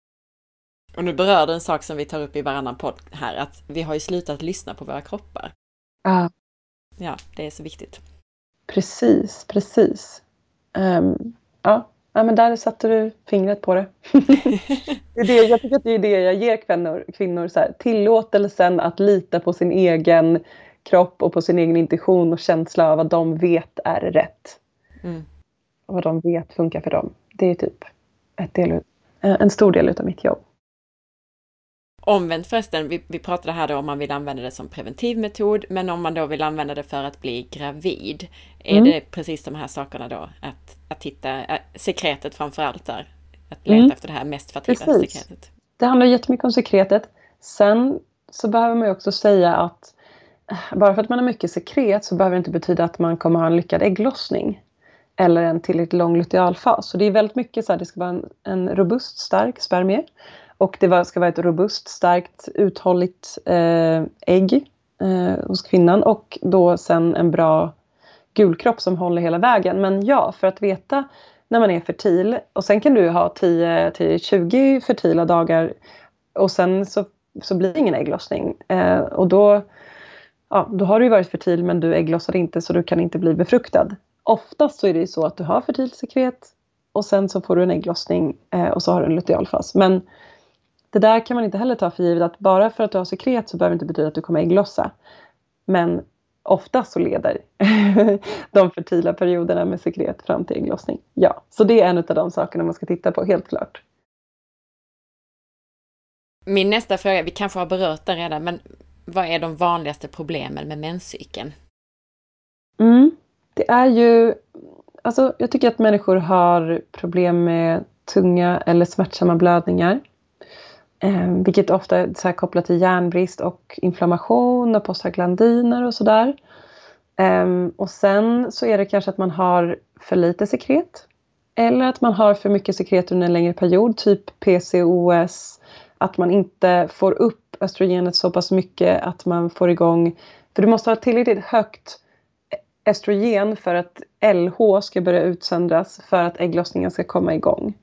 Och nu berör det en sak som vi tar upp i varannan podd här. Att vi har ju slutat lyssna på våra kroppar. Ja. Ja, det är så viktigt. Precis, precis. Um, ja. Ja, men där satte du fingret på det. det, är det jag tycker att det är det jag ger kvinnor. kvinnor så här, tillåtelsen att lita på sin egen kropp och på sin egen intuition och känsla av vad de vet är rätt. Mm. Och vad de vet funkar för dem. Det är typ ett del, en stor del av mitt jobb. Omvänt förresten, vi, vi pratade här då om man vill använda det som preventiv metod, men om man då vill använda det för att bli gravid, är mm. det precis de här sakerna då? Att, att titta, äh, sekretet framförallt där, att leta mm. efter det här mest fertila precis. sekretet. Det handlar jättemycket om sekretet. Sen så behöver man ju också säga att bara för att man har mycket sekret så behöver det inte betyda att man kommer ha en lyckad ägglossning. Eller en tillräckligt lång lutealfas. Så det är väldigt mycket så här, det ska vara en, en robust, stark spermie. Och det ska vara ett robust, starkt, uthålligt eh, ägg eh, hos kvinnan. Och då sen en bra gulkropp som håller hela vägen. Men ja, för att veta när man är fertil. Och sen kan du ha tio till tjugo fertila dagar. Och sen så, så blir det ingen ägglossning. Eh, och då, ja, då har du ju varit fertil men du ägglossar inte så du kan inte bli befruktad. Oftast så är det ju så att du har fertilt sekret och sen så får du en ägglossning eh, och så har du en lutealfas. Men det där kan man inte heller ta för givet att bara för att du har sekret så behöver det inte betyda att du kommer ägglossa. Men oftast så leder de fertila perioderna med sekret fram till ägglossning. Ja, så det är en av de sakerna man ska titta på, helt klart. Min nästa fråga, vi kanske har berört den redan, men vad är de vanligaste problemen med menscykeln? Mm, det är ju, alltså jag tycker att människor har problem med tunga eller smärtsamma blödningar. Eh, vilket ofta är så här kopplat till järnbrist och inflammation och prostaglandiner och sådär. Eh, och sen så är det kanske att man har för lite sekret. Eller att man har för mycket sekret under en längre period, typ P C O S. Att man inte får upp östrogenet så pass mycket att man får igång. För du måste ha tillräckligt högt östrogen för att L H ska börja utsöndras för att ägglossningen ska komma igång.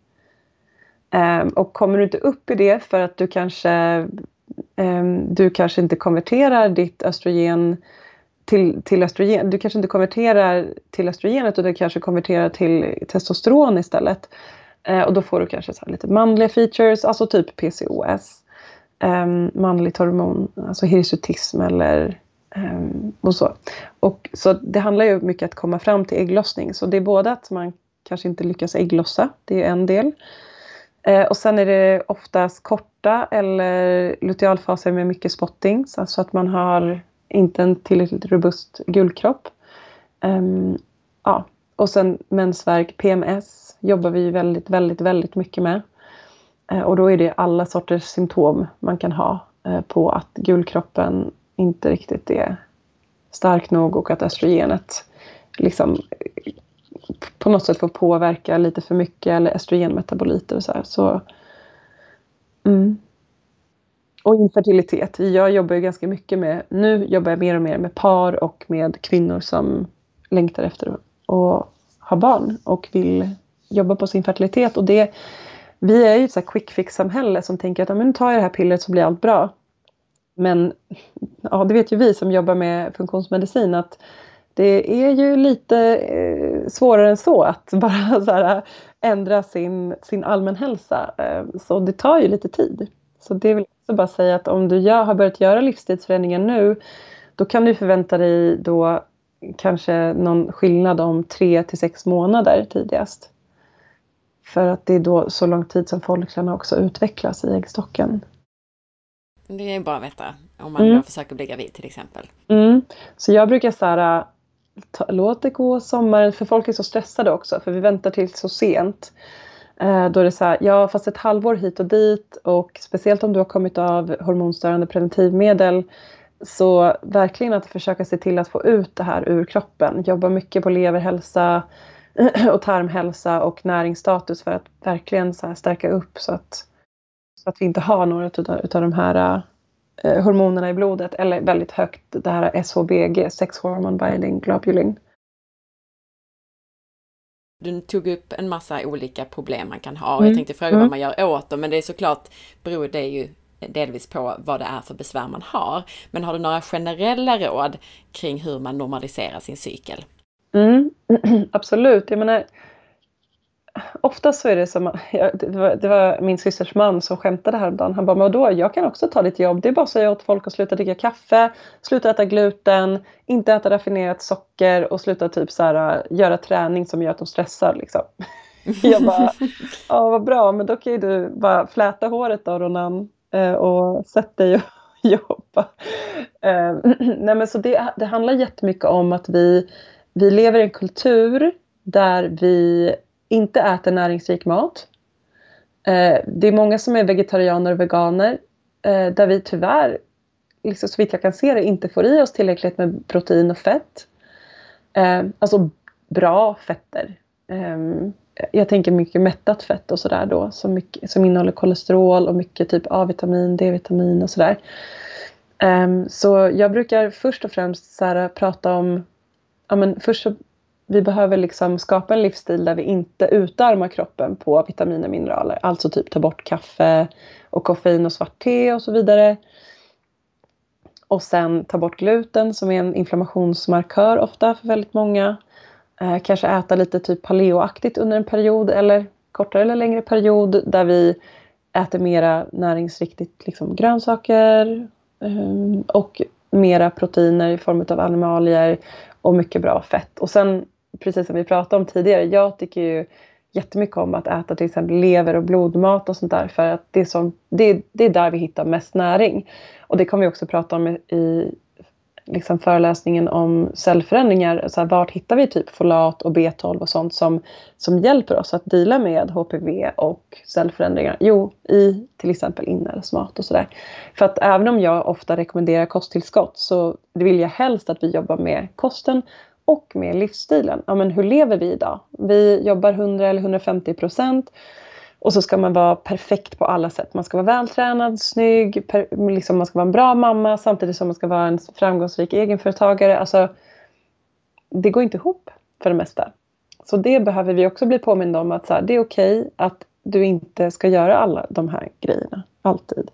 Um, och kommer du inte upp i det för att du kanske, um, du kanske inte konverterar ditt östrogen till, till östrogen. Du kanske inte konverterar till östrogenet utan du kanske konverterar till testosteron istället. Uh, och då får du kanske så här lite manliga features, alltså typ P C O S. Um, manligt hormon, alltså hirsutism eller um, och så. Och så det handlar ju mycket om att komma fram till ägglossning. Så det är både att man kanske inte lyckas ägglossa, det är en del. Eh, och sen är det oftast korta eller lutealfaser med mycket spottings. Alltså att man har inte en tillräckligt robust gulkropp. Um, ja. Och sen mensvärk, P M S jobbar vi väldigt, väldigt, väldigt mycket med. Eh, och då är det alla sorters symptom man kan ha eh, på att gulkroppen inte riktigt är stark nog och att östrogenet liksom på något sätt får påverka lite för mycket eller östrogenmetaboliter och så här. Så, mm. Och infertilitet. Jag jobbar ju ganska mycket med, nu jobbar jag mer och mer med par och med kvinnor som längtar efter att ha barn och vill jobba på sin fertilitet. Och det, vi är ju ett så här quick fix-samhälle som tänker att ja, men tar jag det här pillret så blir allt bra. Men ja, det vet ju vi som jobbar med funktionsmedicin att det är ju lite eh, svårare än så att bara så här, ändra sin, sin allmänhälsa. Eh, så det tar ju lite tid. Så det vill jag bara säga att om du gör, har börjat göra livsstilsförändringar nu, då kan du förvänta dig då kanske någon skillnad om tre till sex månader tidigast. För att det är då så lång tid som folklarna också utvecklas i äggstocken. Det är bara att veta om man mm. då försöker bli gravid till exempel. Mm. Så jag brukar så här, ta, låt det gå sommaren, för folk är så stressade också, för vi väntar till så sent. Eh, då är det så här, ja fast ett halvår hit och dit, och speciellt om du har kommit av hormonstörande preventivmedel, så verkligen att försöka se till att få ut det här ur kroppen. Jobba mycket på leverhälsa och tarmhälsa och näringsstatus för att verkligen så här stärka upp så att, så att vi inte har några utav, utav de här eh, hormonerna i blodet, eller väldigt högt det här S H B G, sex hormone binding globulin. Du tog upp en massa olika problem man kan ha och mm. jag tänkte fråga mm. vad man gör åt dem, men det är såklart beror det ju delvis på vad det är för besvär man har. Men har du några generella råd kring hur man normaliserar sin cykel? Mm. Absolut, jag menar ofta så är det som, det var, det var min systers man som skämtade häromdagen. Han bara, men då, jag kan också ta ditt jobb. Det är bara att säga åt folk att sluta dricka kaffe, sluta äta gluten, inte äta raffinerat socker och sluta typ så här, göra träning som gör att de stressar liksom. Jag bara, ja vad bra, men då kan ju du bara fläta håret då Ronan och sätt dig och jobba. Nej men så det, det handlar jättemycket om att vi, vi lever i en kultur där vi inte äter näringsrik mat. Eh, det är många som är vegetarianer och veganer. Eh, där vi tyvärr, liksom, så vitt jag kan se det, inte får i oss tillräckligt med protein och fett. Eh, alltså bra fetter. Eh, jag tänker mycket mättat fett och sådär då. Som, mycket, som innehåller kolesterol och mycket typ A-vitamin, D-vitamin och sådär. Eh, så jag brukar först och främst så här, prata om, ja men först så vi behöver liksom skapa en livsstil där vi inte utarmar kroppen på vitaminer och mineraler. Alltså typ ta bort kaffe och koffein och svart te och så vidare. Och sen ta bort gluten som är en inflammationsmarkör ofta för väldigt många. Eh, kanske äta lite typ paleoaktigt under en period eller kortare eller längre period där vi äter mera näringsriktigt liksom grönsaker eh, och mera proteiner i form av animalier och mycket bra fett. Och sen, precis som vi pratade om tidigare, jag tycker ju jättemycket om att äta till exempel lever och blodmat och sånt där, för att det är, som, det, det är där vi hittar mest näring. Och det kommer vi också prata om i liksom föreläsningen om cellförändringar. Så här, vart hittar vi typ folat och B tolv och sånt som, som hjälper oss att dela med H P V och cellförändringar? Jo, i till exempel inälvsmat och sådär. För att även om jag ofta rekommenderar kosttillskott så vill jag helst att vi jobbar med kosten och med livsstilen. Ja, men hur lever vi idag? Vi jobbar hundra eller hundrafemtio procent. Och så ska man vara perfekt på alla sätt. Man ska vara vältränad, snygg, per, liksom man ska vara en bra mamma samtidigt som man ska vara en framgångsrik egenföretagare. Alltså, det går inte ihop för det mesta. Så det behöver vi också bli påminna om, att så här, det är okej att du inte ska göra alla de här grejerna, alltid.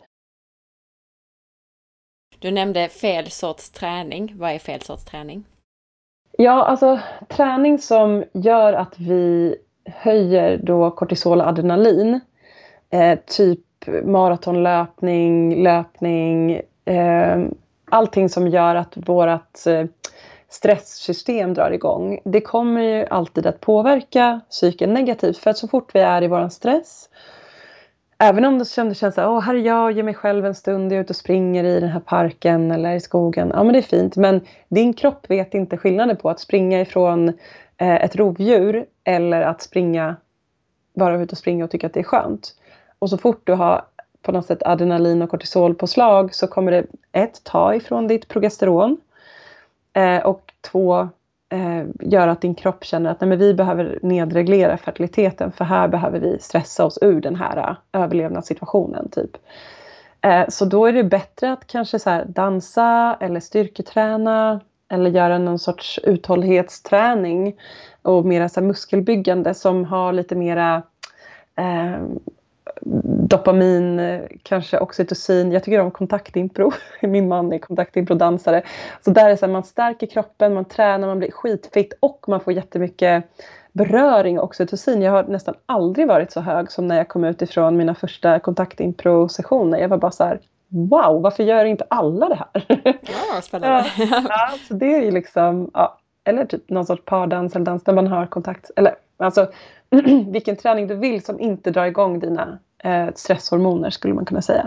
Du nämnde fel sorts träning. Vad är fel sorts träning? Ja, alltså träning som gör att vi höjer då kortisol och adrenalin. Eh, typ maratonlöpning, löpning. Eh, allting som gör att vårt eh, stresssystem drar igång. Det kommer ju alltid att påverka psyken negativt. För att så fort vi är i våran stress. Även om det känns, känns så här, åh här är jag, ger mig själv en stund, jag är ute och springer i den här parken eller i skogen. Ja, men det är fint. Men din kropp vet inte skillnaden på att springa ifrån eh, ett rovdjur eller att springa, bara ut och springa och tycka att det är skönt. Och så fort du har på något sätt adrenalin och kortisol på slag så kommer det ett, ta ifrån ditt progesteron. Eh, och två, eh, göra att din kropp känner att nej, men vi behöver nedreglera fertiliteten. För här behöver vi stressa oss ur den här uh, överlevnadssituationen typ. Eh, så då är det bättre att kanske så här, dansa eller styrketräna. Eller göra någon sorts uthållighetsträning. Och mera så här, muskelbyggande som har lite mera eh, dopamin, kanske oxytocin. Jag tycker om kontaktimpro. Min man är kontaktimpro-dansare. Så där är så här, man stärker kroppen, man tränar, man blir skitfitt och man får jättemycket beröring och oxytocin. Jag har nästan aldrig varit så hög som när jag kom ut ifrån mina första kontaktimpro-sessioner. Jag var bara så här, wow, varför gör inte alla det här? Ja, spännande. Ja, så det är ju liksom, ja, eller typ någon sorts pardans eller dans där man har kontakt. Eller alltså vilken träning du vill som inte drar igång dina eh, stresshormoner skulle man kunna säga.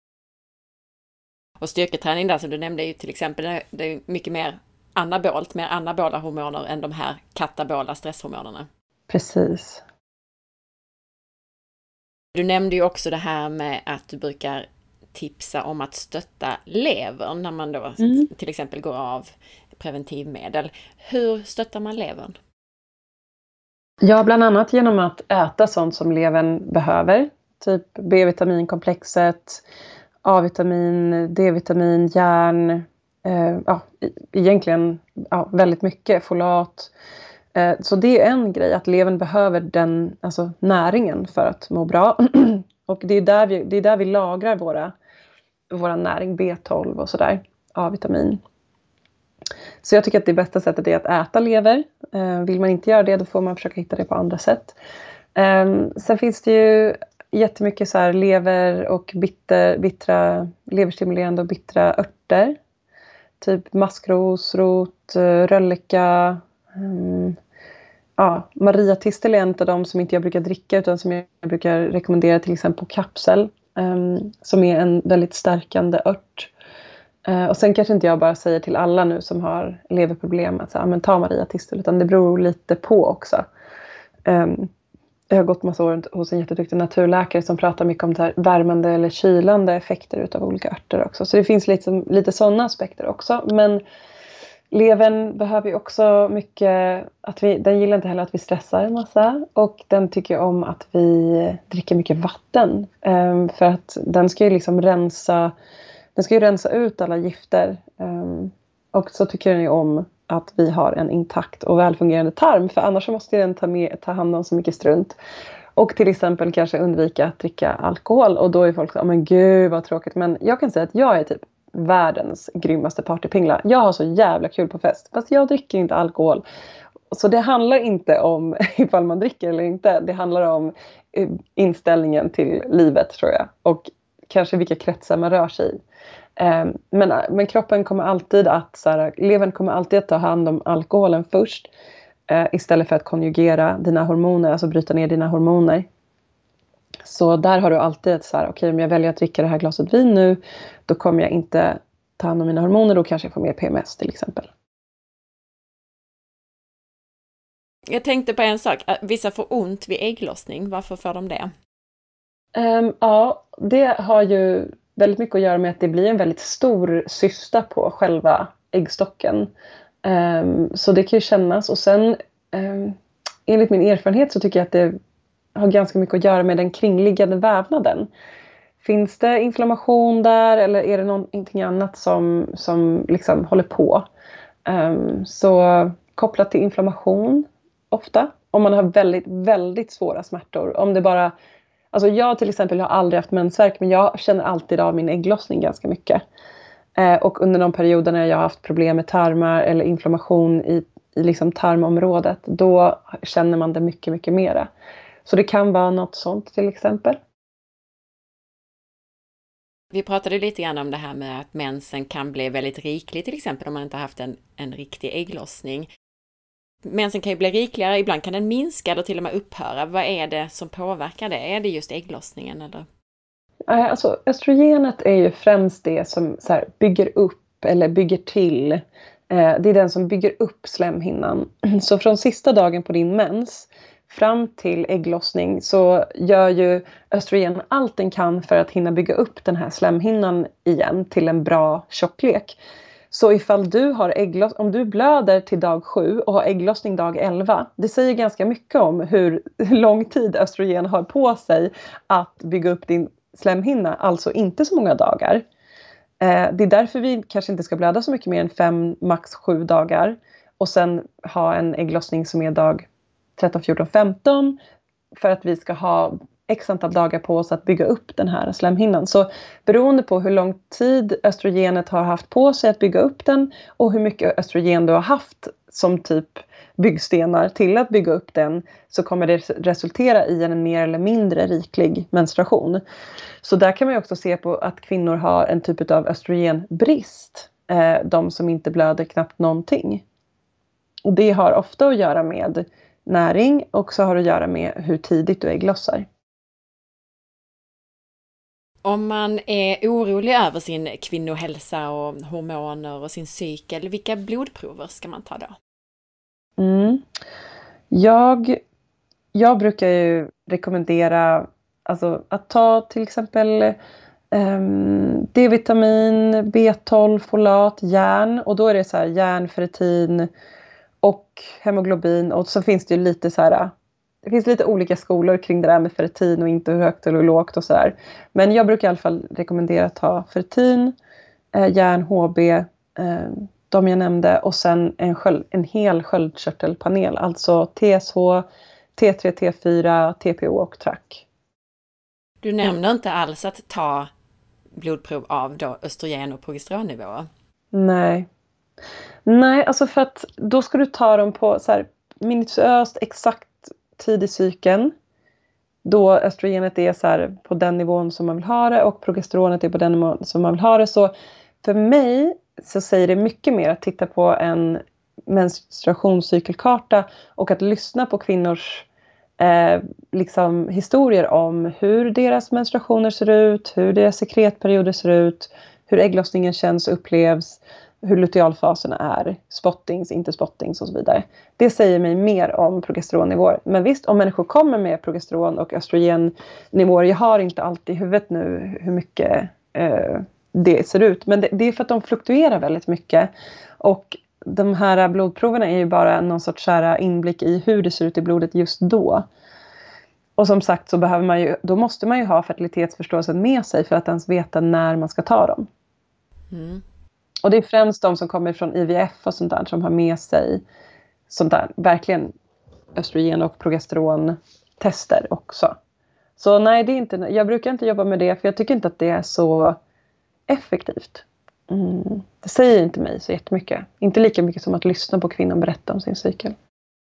Och styrketräning där som du nämnde är ju till exempel, det är mycket mer anabolt, mer anabola hormoner än de här katabola stresshormonerna. Precis. Du nämnde ju också det här med att du brukar tipsa om att stötta levern när man då mm. till exempel går av preventivmedel. Hur stöttar man levern? Ja, bland annat genom att äta sånt som levern behöver. Typ B-vitaminkomplexet, A-vitamin, D-vitamin, järn. Eh, ja, egentligen ja, väldigt mycket folat. Eh, så det är en grej, att levern behöver den, alltså näringen för att må bra. Och det är där vi, det är där vi lagrar våra, våra näring, B tolv och sådär, A-vitamin. Så jag tycker att det bästa sättet är att äta lever. Eh, vill man inte göra det, då får man försöka hitta det på andra sätt. Eh, sen finns det ju jättemycket så här lever och bitter, bittra, leverstimulerande och bittra örter. Typ maskrosrot, rölleka. Mm, ja, mariatistel är en av de som inte jag brukar dricka utan som jag brukar rekommendera till exempel på kapsel. Um, som är en väldigt stärkande ört. Uh, och sen kanske inte jag bara säger till alla nu som har leverproblem att så, ja, men ta mariatistel, utan det beror lite på också. Um, jag har gått massa år hos en jätteduktig naturläkare som pratar mycket om det här värmande eller kylande effekter utav olika örter också. Så det finns lite, lite sådana aspekter också. Men levern behöver ju också mycket, att vi, den gillar inte heller att vi stressar en massa. Och den tycker om att vi dricker mycket vatten. Um, för att den ska ju liksom rensa, den ska ju rensa ut alla gifter. Um, och så tycker den ju om att vi har en intakt och välfungerande tarm. För annars så måste den ta, med, ta hand om så mycket strunt. Och till exempel kanske undvika att dricka alkohol. Och då är folk så, oh, men gud vad tråkigt. Men jag kan säga att jag är typ världens grymmaste partypingla. Jag har så jävla kul på fest. Fast jag dricker inte alkohol. Så det handlar inte om ifall man dricker eller inte. Det handlar om inställningen till livet, tror jag. Och kanske vilka kretsar man rör sig i. Men, men kroppen kommer alltid att, så här, levern kommer alltid att ta hand om alkoholen först. Istället för att konjugera dina hormoner, alltså bryta ner dina hormoner. Så där har du alltid ett så här, okej, okay, om jag väljer att dricka det här glaset vin nu, då kommer jag inte ta hand om mina hormoner, då kanske jag får mer P M S till exempel. Jag tänkte på en sak, vissa får ont vid ägglossning, varför får de det? Um, ja, det har ju väldigt mycket att göra med att det blir en väldigt stor cysta på själva äggstocken. Um, så det kan ju kännas, och sen um, enligt min erfarenhet så tycker jag att det har ganska mycket att göra med den kringliggande vävnaden. Finns det inflammation där eller är det någonting annat som, som liksom håller på? Um, så kopplat till inflammation ofta. Om man har väldigt, väldigt svåra smärtor. Om det bara, alltså jag till exempel har aldrig haft mensvärk, men jag känner alltid av min ägglossning ganska mycket. Uh, och under de perioderna jag har haft problem med tarmar eller inflammation i, i liksom tarmområdet, då känner man det mycket, mycket mera. Så det kan vara något sånt till exempel. Vi pratade lite grann om det här med att mensen kan bli väldigt riklig, till exempel om man inte haft en, en riktig ägglossning. Mensen kan ju bli rikligare, ibland kan den minska eller till och med upphöra. Vad är det som påverkar det? Är det just ägglossningen eller? Alltså östrogenet är ju främst det som så här, bygger upp eller bygger till. Det är den som bygger upp slemhinnan. Så från sista dagen på din mens fram till ägglossning så gör ju östrogen allt den kan för att hinna bygga upp den här slemhinnan igen till en bra tjocklek. Så ifall du har äggloss, om du blöder till dag sju och har ägglossning dag elva, det säger ganska mycket om hur lång tid östrogen har på sig att bygga upp din slemhinna, alltså inte så många dagar. Det är därför vi kanske inte ska blöda så mycket mer än fem, max sju dagar och sen ha en ägglossning som är dag tretton, fjorton, femton för att vi ska ha x antal dagar på oss att bygga upp den här slemhinnan. Så beroende på hur lång tid östrogenet har haft på sig att bygga upp den och hur mycket östrogen du har haft som typ byggstenar till att bygga upp den, så kommer det resultera i en mer eller mindre riklig menstruation. Så där kan man ju också se på att kvinnor har en typ av östrogenbrist. Eh, de som inte blöder knappt någonting. Och det har ofta att göra med näring och så har det att göra med hur tidigt du ägglossar. Om man är orolig över sin kvinnohälsa och hormoner och sin cykel, vilka blodprover ska man ta då? Mm. Jag, jag brukar ju rekommendera alltså, att ta till exempel um, D-vitamin, B tolv, folat, järn. Och då är det så här järn, ferritin och hemoglobin. Och så finns det ju lite så här, det finns lite olika skolor kring det där med ferritin och inte hur högt eller hur lågt och så där. Men jag brukar i alla fall rekommendera att ta ferritin, eh, järn, H B, eh, de jag nämnde. Och sen en, sköld, en hel sköldkörtelpanel, alltså T S H, T tre, T fyra, T P O och T R A C. Du nämner inte alls att ta blodprov av då östrogen- och progesteronnivåer? Nej. Nej, alltså för att då ska du ta dem på så här minutiöst exakt tid i cykeln. Då östrogenet är så här på den nivån som man vill ha det och progesteronet är på den nivån som man vill ha det. Så för mig så säger det mycket mer att titta på en menstruationscykelkarta och att lyssna på kvinnors eh, liksom historier om hur deras menstruationer ser ut, hur deras sekretperioder ser ut, hur ägglossningen känns och upplevs, hur lutealfaserna är, spottings, inte spottings och så vidare. Det säger mig mer om progesteronnivåer. Men visst, om människor kommer med progesteron och östrogennivåer, jag har inte alltid i huvudet nu hur mycket eh, det ser ut. Men det, det är för att de fluktuerar väldigt mycket. Och de här blodproverna är ju bara någon sorts kära inblick i hur det ser ut i blodet just då. Och som sagt så behöver man ju, då måste man ju ha fertilitetsförståelsen med sig för att ens veta när man ska ta dem. Mm. Och det är främst de som kommer från I V F och sånt där som har med sig sånt där, verkligen östrogen- och progesteron-tester också. Så nej, det är inte, jag brukar inte jobba med det för jag tycker inte att det är så effektivt. Mm. Det säger inte mig så jättemycket. Inte lika mycket som att lyssna på kvinnan berätta om sin cykel.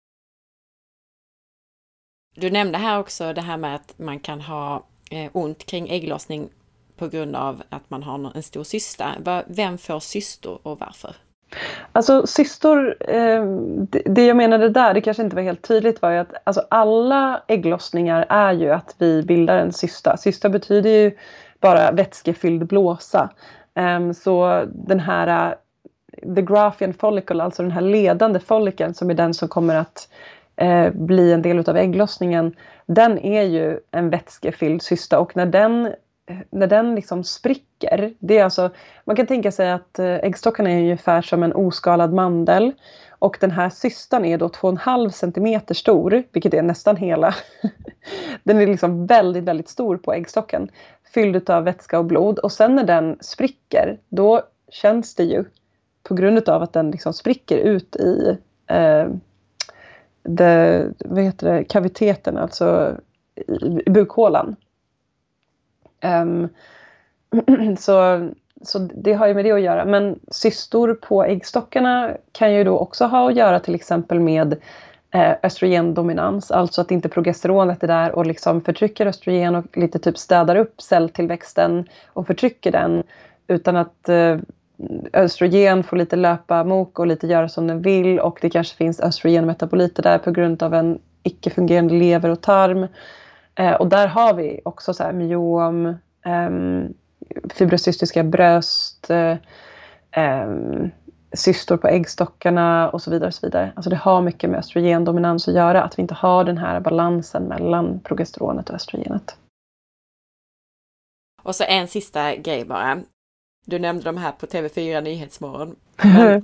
Du nämnde här också det här med att man kan ha eh, ont kring ägglossning på grund av att man har en stor cysta. Vem får cystor och varför? Alltså cystor, eh, det, det jag menade där, det kanske inte var helt tydligt, var ju att alltså, alla ägglossningar är ju att vi bildar en cysta. Cysta betyder ju bara vätskefylld blåsa. Um, så den här uh, the Graafian follicle, alltså den här ledande follikeln som är den som kommer att uh, bli en del av ägglossningen, den är ju en vätskefylld cysta, och när den när den liksom spricker, det är alltså, man kan tänka sig att uh, äggstockarna är ungefär som en oskalad mandel, och den här cystan är då två komma fem centimeter stor, vilket är nästan hela. Den är liksom väldigt, väldigt stor på äggstocken, fylld av vätska och blod. Och sen när den spricker, då känns det ju, på grund av att den liksom spricker ut i eh, det, vad heter det, kaviteten, alltså i, i bukhålan. Um, så, så det har ju med det att göra. Men cystor på äggstockarna kan ju då också ha att göra till exempel med eh, östrogendominans. Alltså att inte progesteronet är där och liksom förtrycker östrogen och lite typ städar upp celltillväxten och förtrycker den. Utan att eh, östrogen får lite löpa mok och lite göra som den vill. Och det kanske finns östrogenmetaboliter där på grund av en icke-fungerande lever och tarm. Eh, och där har vi också så här myom, eh, fibrocystiska bröst, eh, eh, cystor på äggstockarna och så vidare och så vidare. Alltså det har mycket med östrogendominans att göra, att vi inte har den här balansen mellan progesteronet och östrogenet. Och så en sista grej bara. Du nämnde de här på T V fyra Nyhetsmorgon. Men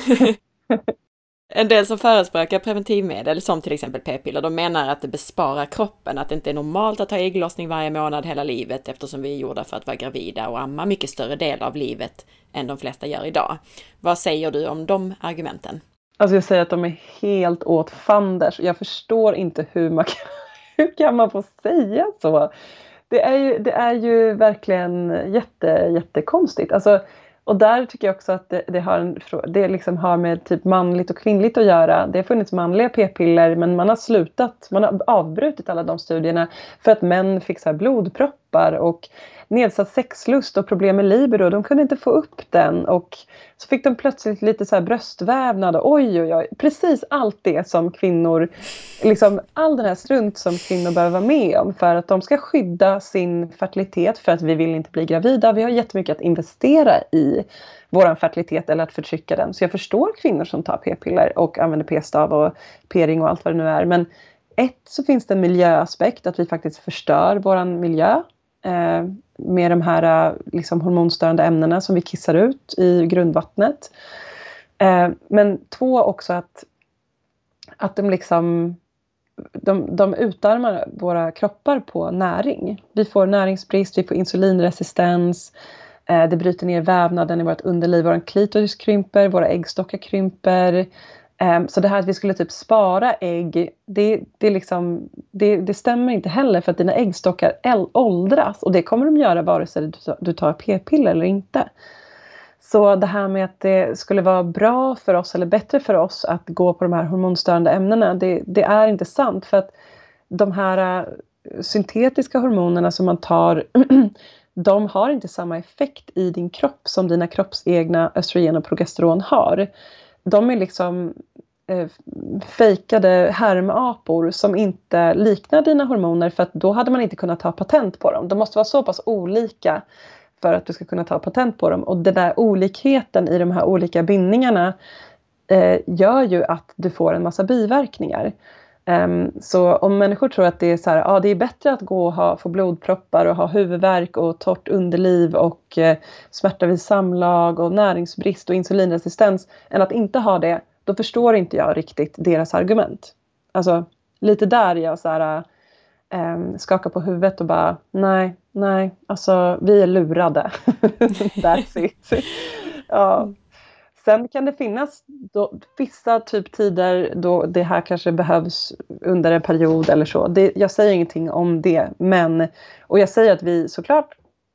en del som förespråkar preventivmedel, som till exempel p-piller, de menar att det besparar kroppen, att det inte är normalt att ha ägglossning varje månad hela livet, eftersom vi är gjorda för att vara gravida och amma mycket större del av livet än de flesta gör idag. Vad säger du om de argumenten? Alltså jag säger att de är helt åt fanders. Jag förstår inte hur man kan, hur kan man få säga så. Det är ju, det är ju verkligen jätte, jättekonstigt. Alltså, och där tycker jag också att det, det, har, en, det liksom har med typ manligt och kvinnligt att göra. Det har funnits manliga p-piller, men man har slutat, man har avbrutit alla de studierna för att män fick så här blodproppar och nedsatt sexlust och problem med libido. De kunde inte få upp den, och så fick de plötsligt lite så här bröstvävnad och oj oj oj, precis allt det som kvinnor, liksom all den här strunt som kvinnor behöver vara med om för att de ska skydda sin fertilitet, för att vi vill inte bli gravida. Vi har jättemycket att investera i våran fertilitet eller att förtrycka den. Så jag förstår kvinnor som tar p-piller och använder p-stav och p-ring och allt vad det nu är. Men ett, så finns det en miljöaspekt, att vi faktiskt förstör våran miljö eh, med de här liksom hormonstörande ämnena som vi kissar ut i grundvattnet. Eh, men två, också att, att de liksom de, de utarmar våra kroppar på näring. Vi får näringsbrist, vi får insulinresistens, eh, det bryter ner vävnaden i vårt underliv, vår klitoris krymper, våra äggstockar krymper. Um, så det här att vi skulle typ spara ägg, det, det, liksom, det, det stämmer inte heller, för att dina äggstockar äl- åldras, och det kommer de göra vare sig du, du tar p-piller eller inte. Så det här med att det skulle vara bra för oss eller bättre för oss att gå på de här hormonstörande ämnena, det, det är inte sant, för att de här uh, syntetiska hormonerna som man tar de har inte samma effekt i din kropp som dina kroppsegna östrogen och progesteron har. De är liksom eh, fejkade härmapor som inte liknar dina hormoner, för att då hade man inte kunnat ta patent på dem. De måste vara så pass olika för att du ska kunna ta patent på dem. Och den där olikheten i de här olika bindningarna eh, gör ju att du får en massa biverkningar. Um, så om människor tror att det är så här, ja, det är bättre att gå och ha, få blodproppar och ha huvudvärk och torrt underliv och eh, smärta vid samlag och näringsbrist och insulinresistens än att inte ha det, då förstår inte jag riktigt deras argument. Alltså lite där jag så här, um, skakar på huvudet och bara nej, nej, alltså vi är lurade. That's it. Ja. Sen kan det finnas då, vissa typ tider då det här kanske behövs under en period eller så. Det, jag säger ingenting om det, men och jag säger att vi såklart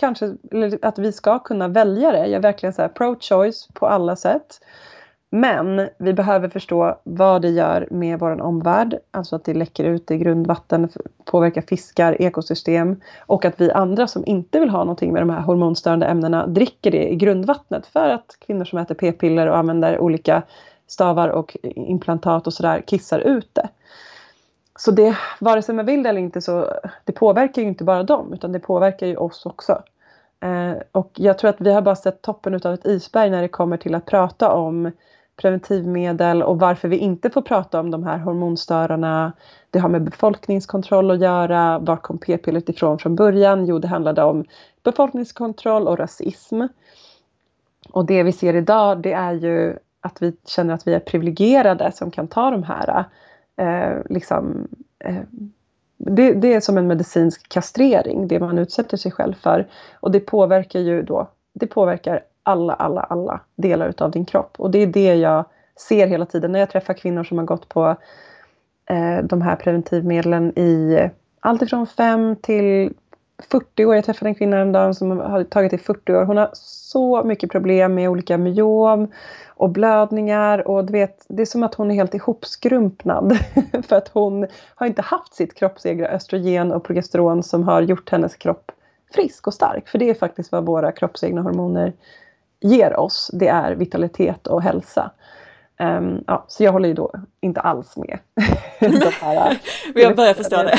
kanske, eller att vi ska kunna välja det. Jag är verkligen så här pro-choice på alla sätt. Men vi behöver förstå vad det gör med vår omvärld. Alltså att det läcker ut i grundvatten, påverkar fiskar, ekosystem. Och att vi andra som inte vill ha någonting med de här hormonstörande ämnena dricker det i grundvattnet. För att kvinnor som äter p-piller och använder olika stavar och implantat och sådär kissar ut det. Så det, vare sig man vill det eller inte, så det påverkar ju inte bara dem, utan det påverkar ju oss också. Eh, och jag tror att vi har bara sett toppen av ett isberg när det kommer till att prata om preventivmedel och varför vi inte får prata om de här hormonstörarna. Det har med befolkningskontroll att göra. Var kom p-pillret ifrån från början? Jo, det handlade om befolkningskontroll och rasism. Och det vi ser idag, det är ju att vi känner att vi är privilegierade som kan ta de här eh, liksom eh, det, det är som en medicinsk kastrering, det man utsätter sig själv för. Och det påverkar ju då, det påverkar alla, alla, alla delar utav din kropp. Och det är det jag ser hela tiden när jag träffar kvinnor som har gått på eh, de här preventivmedlen i allt ifrån fem till fyrtio år. Jag träffade en kvinna en dag som har tagit i fyrtio år. Hon har så mycket problem med olika myom och blödningar. Och du vet, det är som att hon är helt ihopskrumpnad. För att hon har inte haft sitt kroppsegna östrogen och progesteron som har gjort hennes kropp frisk och stark. För det är faktiskt vad våra kroppsegna hormoner ger oss. Det är vitalitet och hälsa. Um, ja, så jag håller ju då inte alls med. här, jag börjar förstå det.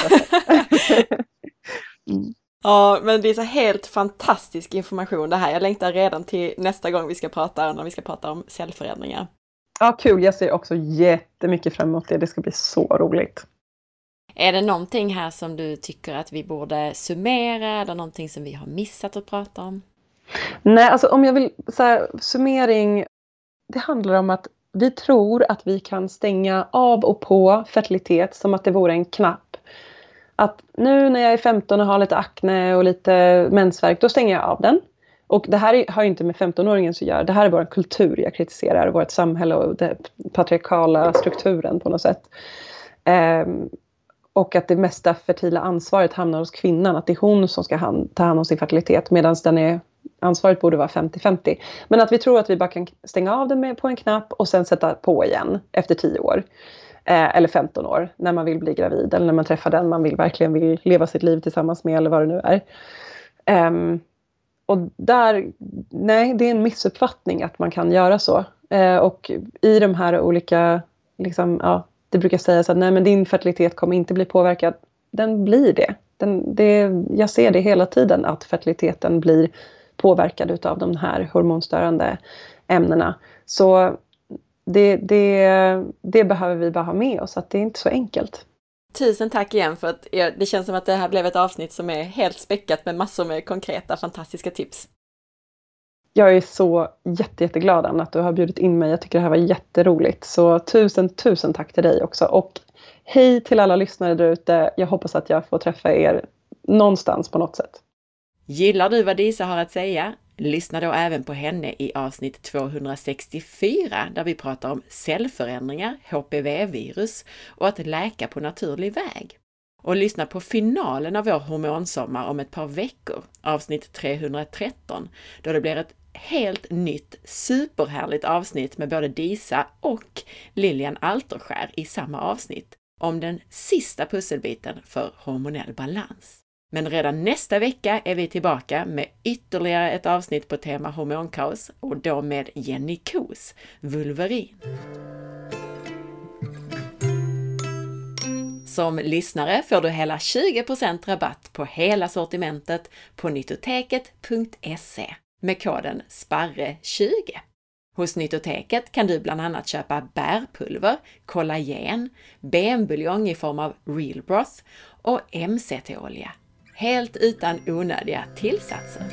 mm. Ja, men det är så helt fantastisk information det här. Jag längtar redan till nästa gång vi ska prata, när vi ska prata om cellförändringar. Ja, kul. Jag ser också jättemycket fram emot det. Det ska bli så roligt. Är det någonting här som du tycker att vi borde summera? Eller någonting som vi har missat att prata om? Nej, alltså om jag vill så här, summering. Det handlar om att vi tror att vi kan stänga av och på fertilitet som att det vore en knapp. Att nu när jag är femton och har lite akne och lite mensvärk, då stänger jag av den. Och det här har ju inte med femtonåringen att göra. Det här är bara en kultur jag kritiserar. Vårt samhälle och den patriarkala strukturen på något sätt. Um, och att det mesta fertila ansvaret hamnar hos kvinnan. Att det är hon som ska hand, ta hand om sin fertilitet. Medan den är, ansvaret borde vara femtio femtio. Men att vi tror att vi bara kan stänga av den med, på en knapp. Och sen sätta på igen efter tio år. Eh, eller femton år. När man vill bli gravid. Eller när man träffar den man vill, verkligen vill leva sitt liv tillsammans med. Eller vad det nu är. Um, och där, nej, det är en missuppfattning att man kan göra så. Eh, och i de här olika, liksom, ja, det brukar sägas att nej, men din fertilitet kommer inte bli påverkad. Den blir det. Den, det. Jag ser det hela tiden att fertiliteten blir påverkad utav de här hormonstörande ämnena. Så det, det, det behöver vi bara ha med oss, att det är inte så enkelt. Tusen tack igen, för att det känns som att det här blev ett avsnitt som är helt späckat med massor med konkreta, fantastiska tips. Jag är så jätte, jätteglad, Anna, att du har bjudit in mig. Jag tycker det här var jätteroligt. Så tusen, tusen tack till dig också. Och hej till alla lyssnare där ute. Jag hoppas att jag får träffa er någonstans på något sätt. Gillar du vad Disa har att säga? Lyssna då även på henne i avsnitt tvåhundrasextiofyra där vi pratar om cellförändringar, H P V-virus och att läka på naturlig väg. Och lyssna på finalen av vår hormonsommar om ett par veckor, avsnitt trehundratretton, då det blir ett helt nytt, superhärligt avsnitt med både Disa och Lilian Alterskär i samma avsnitt om den sista pusselbiten för hormonell balans. Men redan nästa vecka är vi tillbaka med ytterligare ett avsnitt på tema hormonkaos och då med Jenny Kos, Vulverin. Som lyssnare får du hela tjugo procent rabatt på hela sortimentet på nyttoteket punkt se med koden sparre tjugo. Hos Nyttoteket kan du bland annat köpa bärpulver, kollagen, benbuljong i form av real broth och M C T-olja. Helt utan onödiga tillsatser.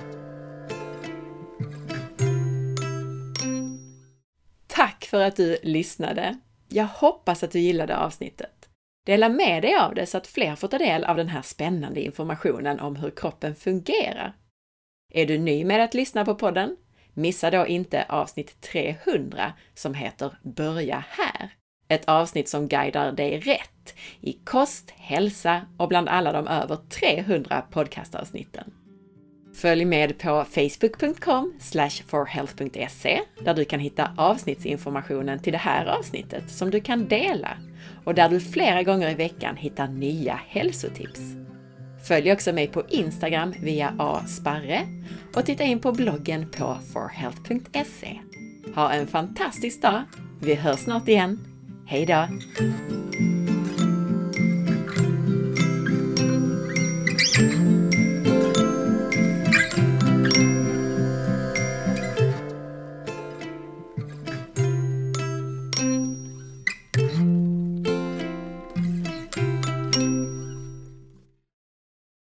Tack för att du lyssnade. Jag hoppas att du gillade avsnittet. Dela med dig av det så att fler får ta del av den här spännande informationen om hur kroppen fungerar. Är du ny med att lyssna på podden? Missa då inte avsnitt trehundra som heter Börja här. Ett avsnitt som guidar dig rätt i kost, hälsa och bland alla de över trehundra podcastavsnitten. Följ med på facebook punkt com slash forhealth punkt se där du kan hitta avsnittsinformationen till det här avsnittet som du kan dela och där du flera gånger i veckan hittar nya hälsotips. Följ också mig på Instagram via asparre och titta in på bloggen på forhealth punkt se. Ha en fantastisk dag! Vi hörs snart igen. Hej då!